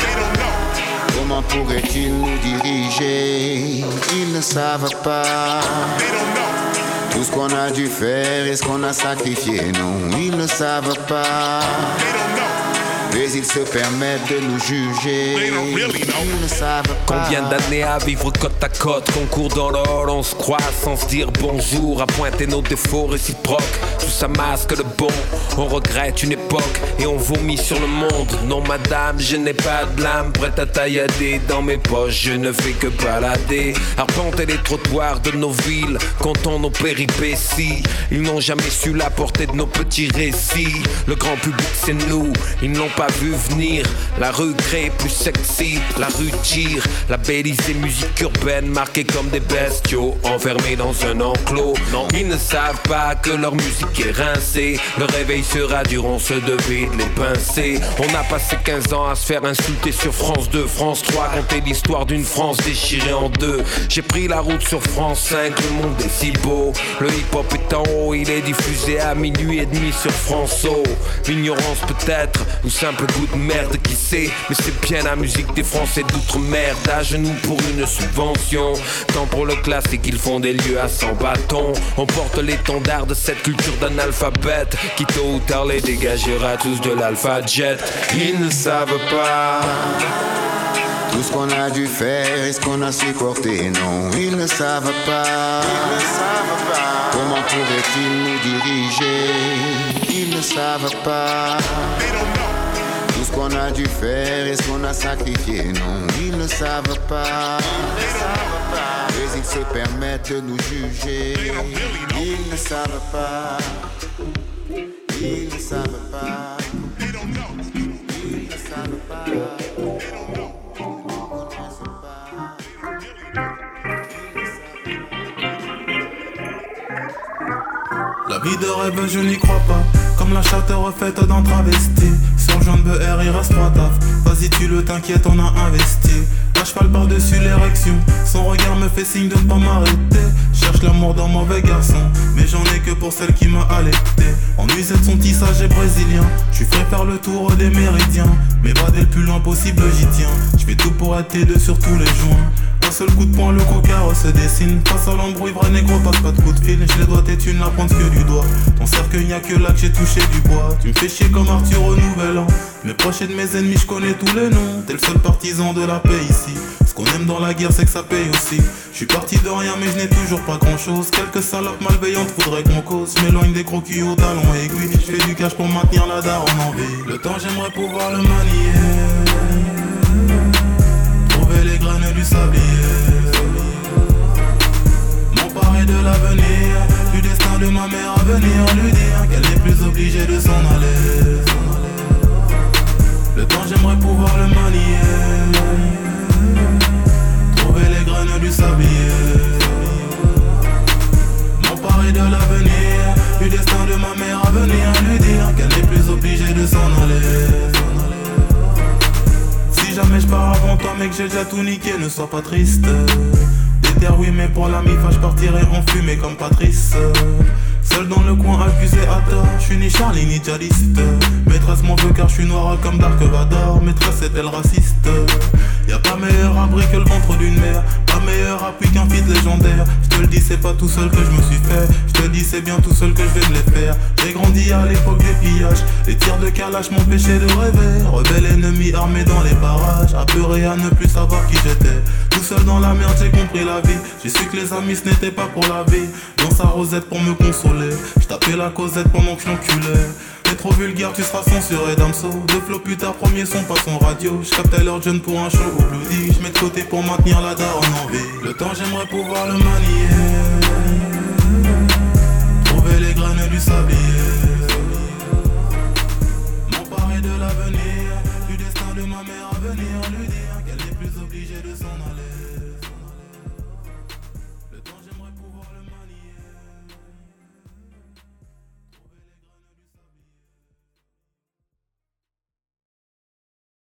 [SPEAKER 13] Comment pourraient-ils nous diriger? Ils ne savent pas. Tout ce qu'on a dû faire et ce qu'on a sacrifié, non, ils ne savent pas. Mais ils se permettent de nous juger. Ils ne savent pas.
[SPEAKER 11] Combien d'années à vivre côte à côte, qu'on court dans l'or, on se croise sans se dire bonjour, à pointer nos défauts réciproques. Tout ça masque le bon, on regrette une époque et on vomit sur le monde. Non madame, je n'ai pas de blâme, prête à taillader dans mes poches, je ne fais que balader. Arpenter les trottoirs de nos villes, comptons nos péripéties. Ils n'ont jamais su la portée de nos petits récits. Le grand public c'est nous, ils n'ont pas vu venir. La rue crée plus sexy, la rue tire. Labellisée musique urbaine, marquée comme des bestiaux, enfermés dans un enclos. Non, ils ne savent pas que leur musique est rincée. Le réveil sera dur, on se devait de les pincer. On a passé quinze ans à se faire insulter sur France deux, France trois, compter l'histoire d'une France déchirée en deux. J'ai pris la route sur France cinq, le monde est si beau. Le hip-hop est en haut, il est diffusé à minuit et demi sur France O. L'ignorance peut-être, ou simplement peu goût de merde, qui sait? Mais c'est bien la musique des Français d'outre-mer, à genoux pour une subvention. Tant pour le classique, ils font des lieux à cent bâtons. On porte l'étendard de cette culture d'analphabète qui tôt ou tard les dégagera tous de l'alpha jet. Ils ne savent pas
[SPEAKER 13] tout ce qu'on a dû faire et ce qu'on a supporté, non, ils ne savent pas. Ils ne savent pas. Comment pourraient-ils nous diriger? Ils ne savent pas. Tout ce qu'on a dû faire et ce qu'on a sacrifié, non, ils ne savent pas. Ils ne savent pas. Mais ils se permettent de nous juger. Ils ne savent pas. Ils ne savent pas. Ils ne savent pas.
[SPEAKER 19] La vie de rêve je n'y crois pas. Comme la chatte refaite d'un travesti. Sur le jaune B R il reste trois taf. Vas-y tu le t'inquiète on a investi. La cheval par-dessus l'érection. Son regard me fait signe de ne pas m'arrêter. Cherche l'amour d'un mauvais garçon. Mais j'en ai que pour celle qui m'a allaité. En nuisette son tissage est brésilien. J'suis fait faire le tour des méridiens. Mais dès le plus loin possible j'y tiens. J'fais tout pour être deux sur tous les joints. Un seul coup de poing, le coquard se dessine. Face à l'embrouille, vrai négro, passe pas de coup de fil. Je les dois tes thunes, la pointe que du doigt. Ton cercueil, y'a que là que j'ai touché du bois. Tu me fais chier comme Arthur au nouvel an. Mes proches et de mes ennemis, je connais tous les noms. T'es le seul partisan de la paix ici. Ce qu'on aime dans la guerre, c'est que ça paye aussi. Je suis parti de rien, mais je n'ai toujours pas grand chose. Quelques salopes malveillantes voudraient qu'on cause. Je m'éloigne des croquis au talon aiguille. Je fais du cash pour maintenir la daronne en vie. Le temps, j'aimerais pouvoir le manier. Trouver les graines du sablier. M'emparer de l'avenir, du destin de ma mère à venir. Lui dire qu'elle n'est plus obligée de s'en aller. Le temps j'aimerais pouvoir le manier. Trouver les graines du sablier. M'emparer de l'avenir, du destin de ma mère à venir. Lui dire qu'elle n'est plus obligée de s'en aller. Si jamais je pars avant toi mec j'ai déjà tout niqué, ne sois pas triste. Déter oui mais pour la mif je partirai en fumée comme Patrice. Seul dans le coin accusé à tort, je suis ni Charlie ni djihadiste. Maîtresse m'en veut car je suis noir comme Dark Vador. Maîtresse est-elle raciste? Y'a pas meilleur abri que le ventre d'une mère. Pas meilleur appui qu'un feat légendaire. Je te le dis c'est pas tout seul que je me suis fait. Je te dis c'est bien tout seul que je vais me les faire. J'ai grandi à l'époque des pillages. Les tirs de Kalash m'empêchaient de rêver. Rebelle ennemi armé dans les parages. Apeuré à ne plus savoir qui j'étais. Tout seul dans la merde j'ai compris la vie. J'ai su que les amis ce n'était pas pour la vie. Dans sa rosette pour me consoler. J'tapais la causette pendant que j'enculais. T'es trop vulgaire, tu seras censuré Damso. Deux flots plus tard, premier son passe en radio. J'captais leur jeune pour un show au bloody. J'mets de côté pour maintenir la daronne en vie. Le temps j'aimerais pouvoir le manier. Trouver les graines du sablier.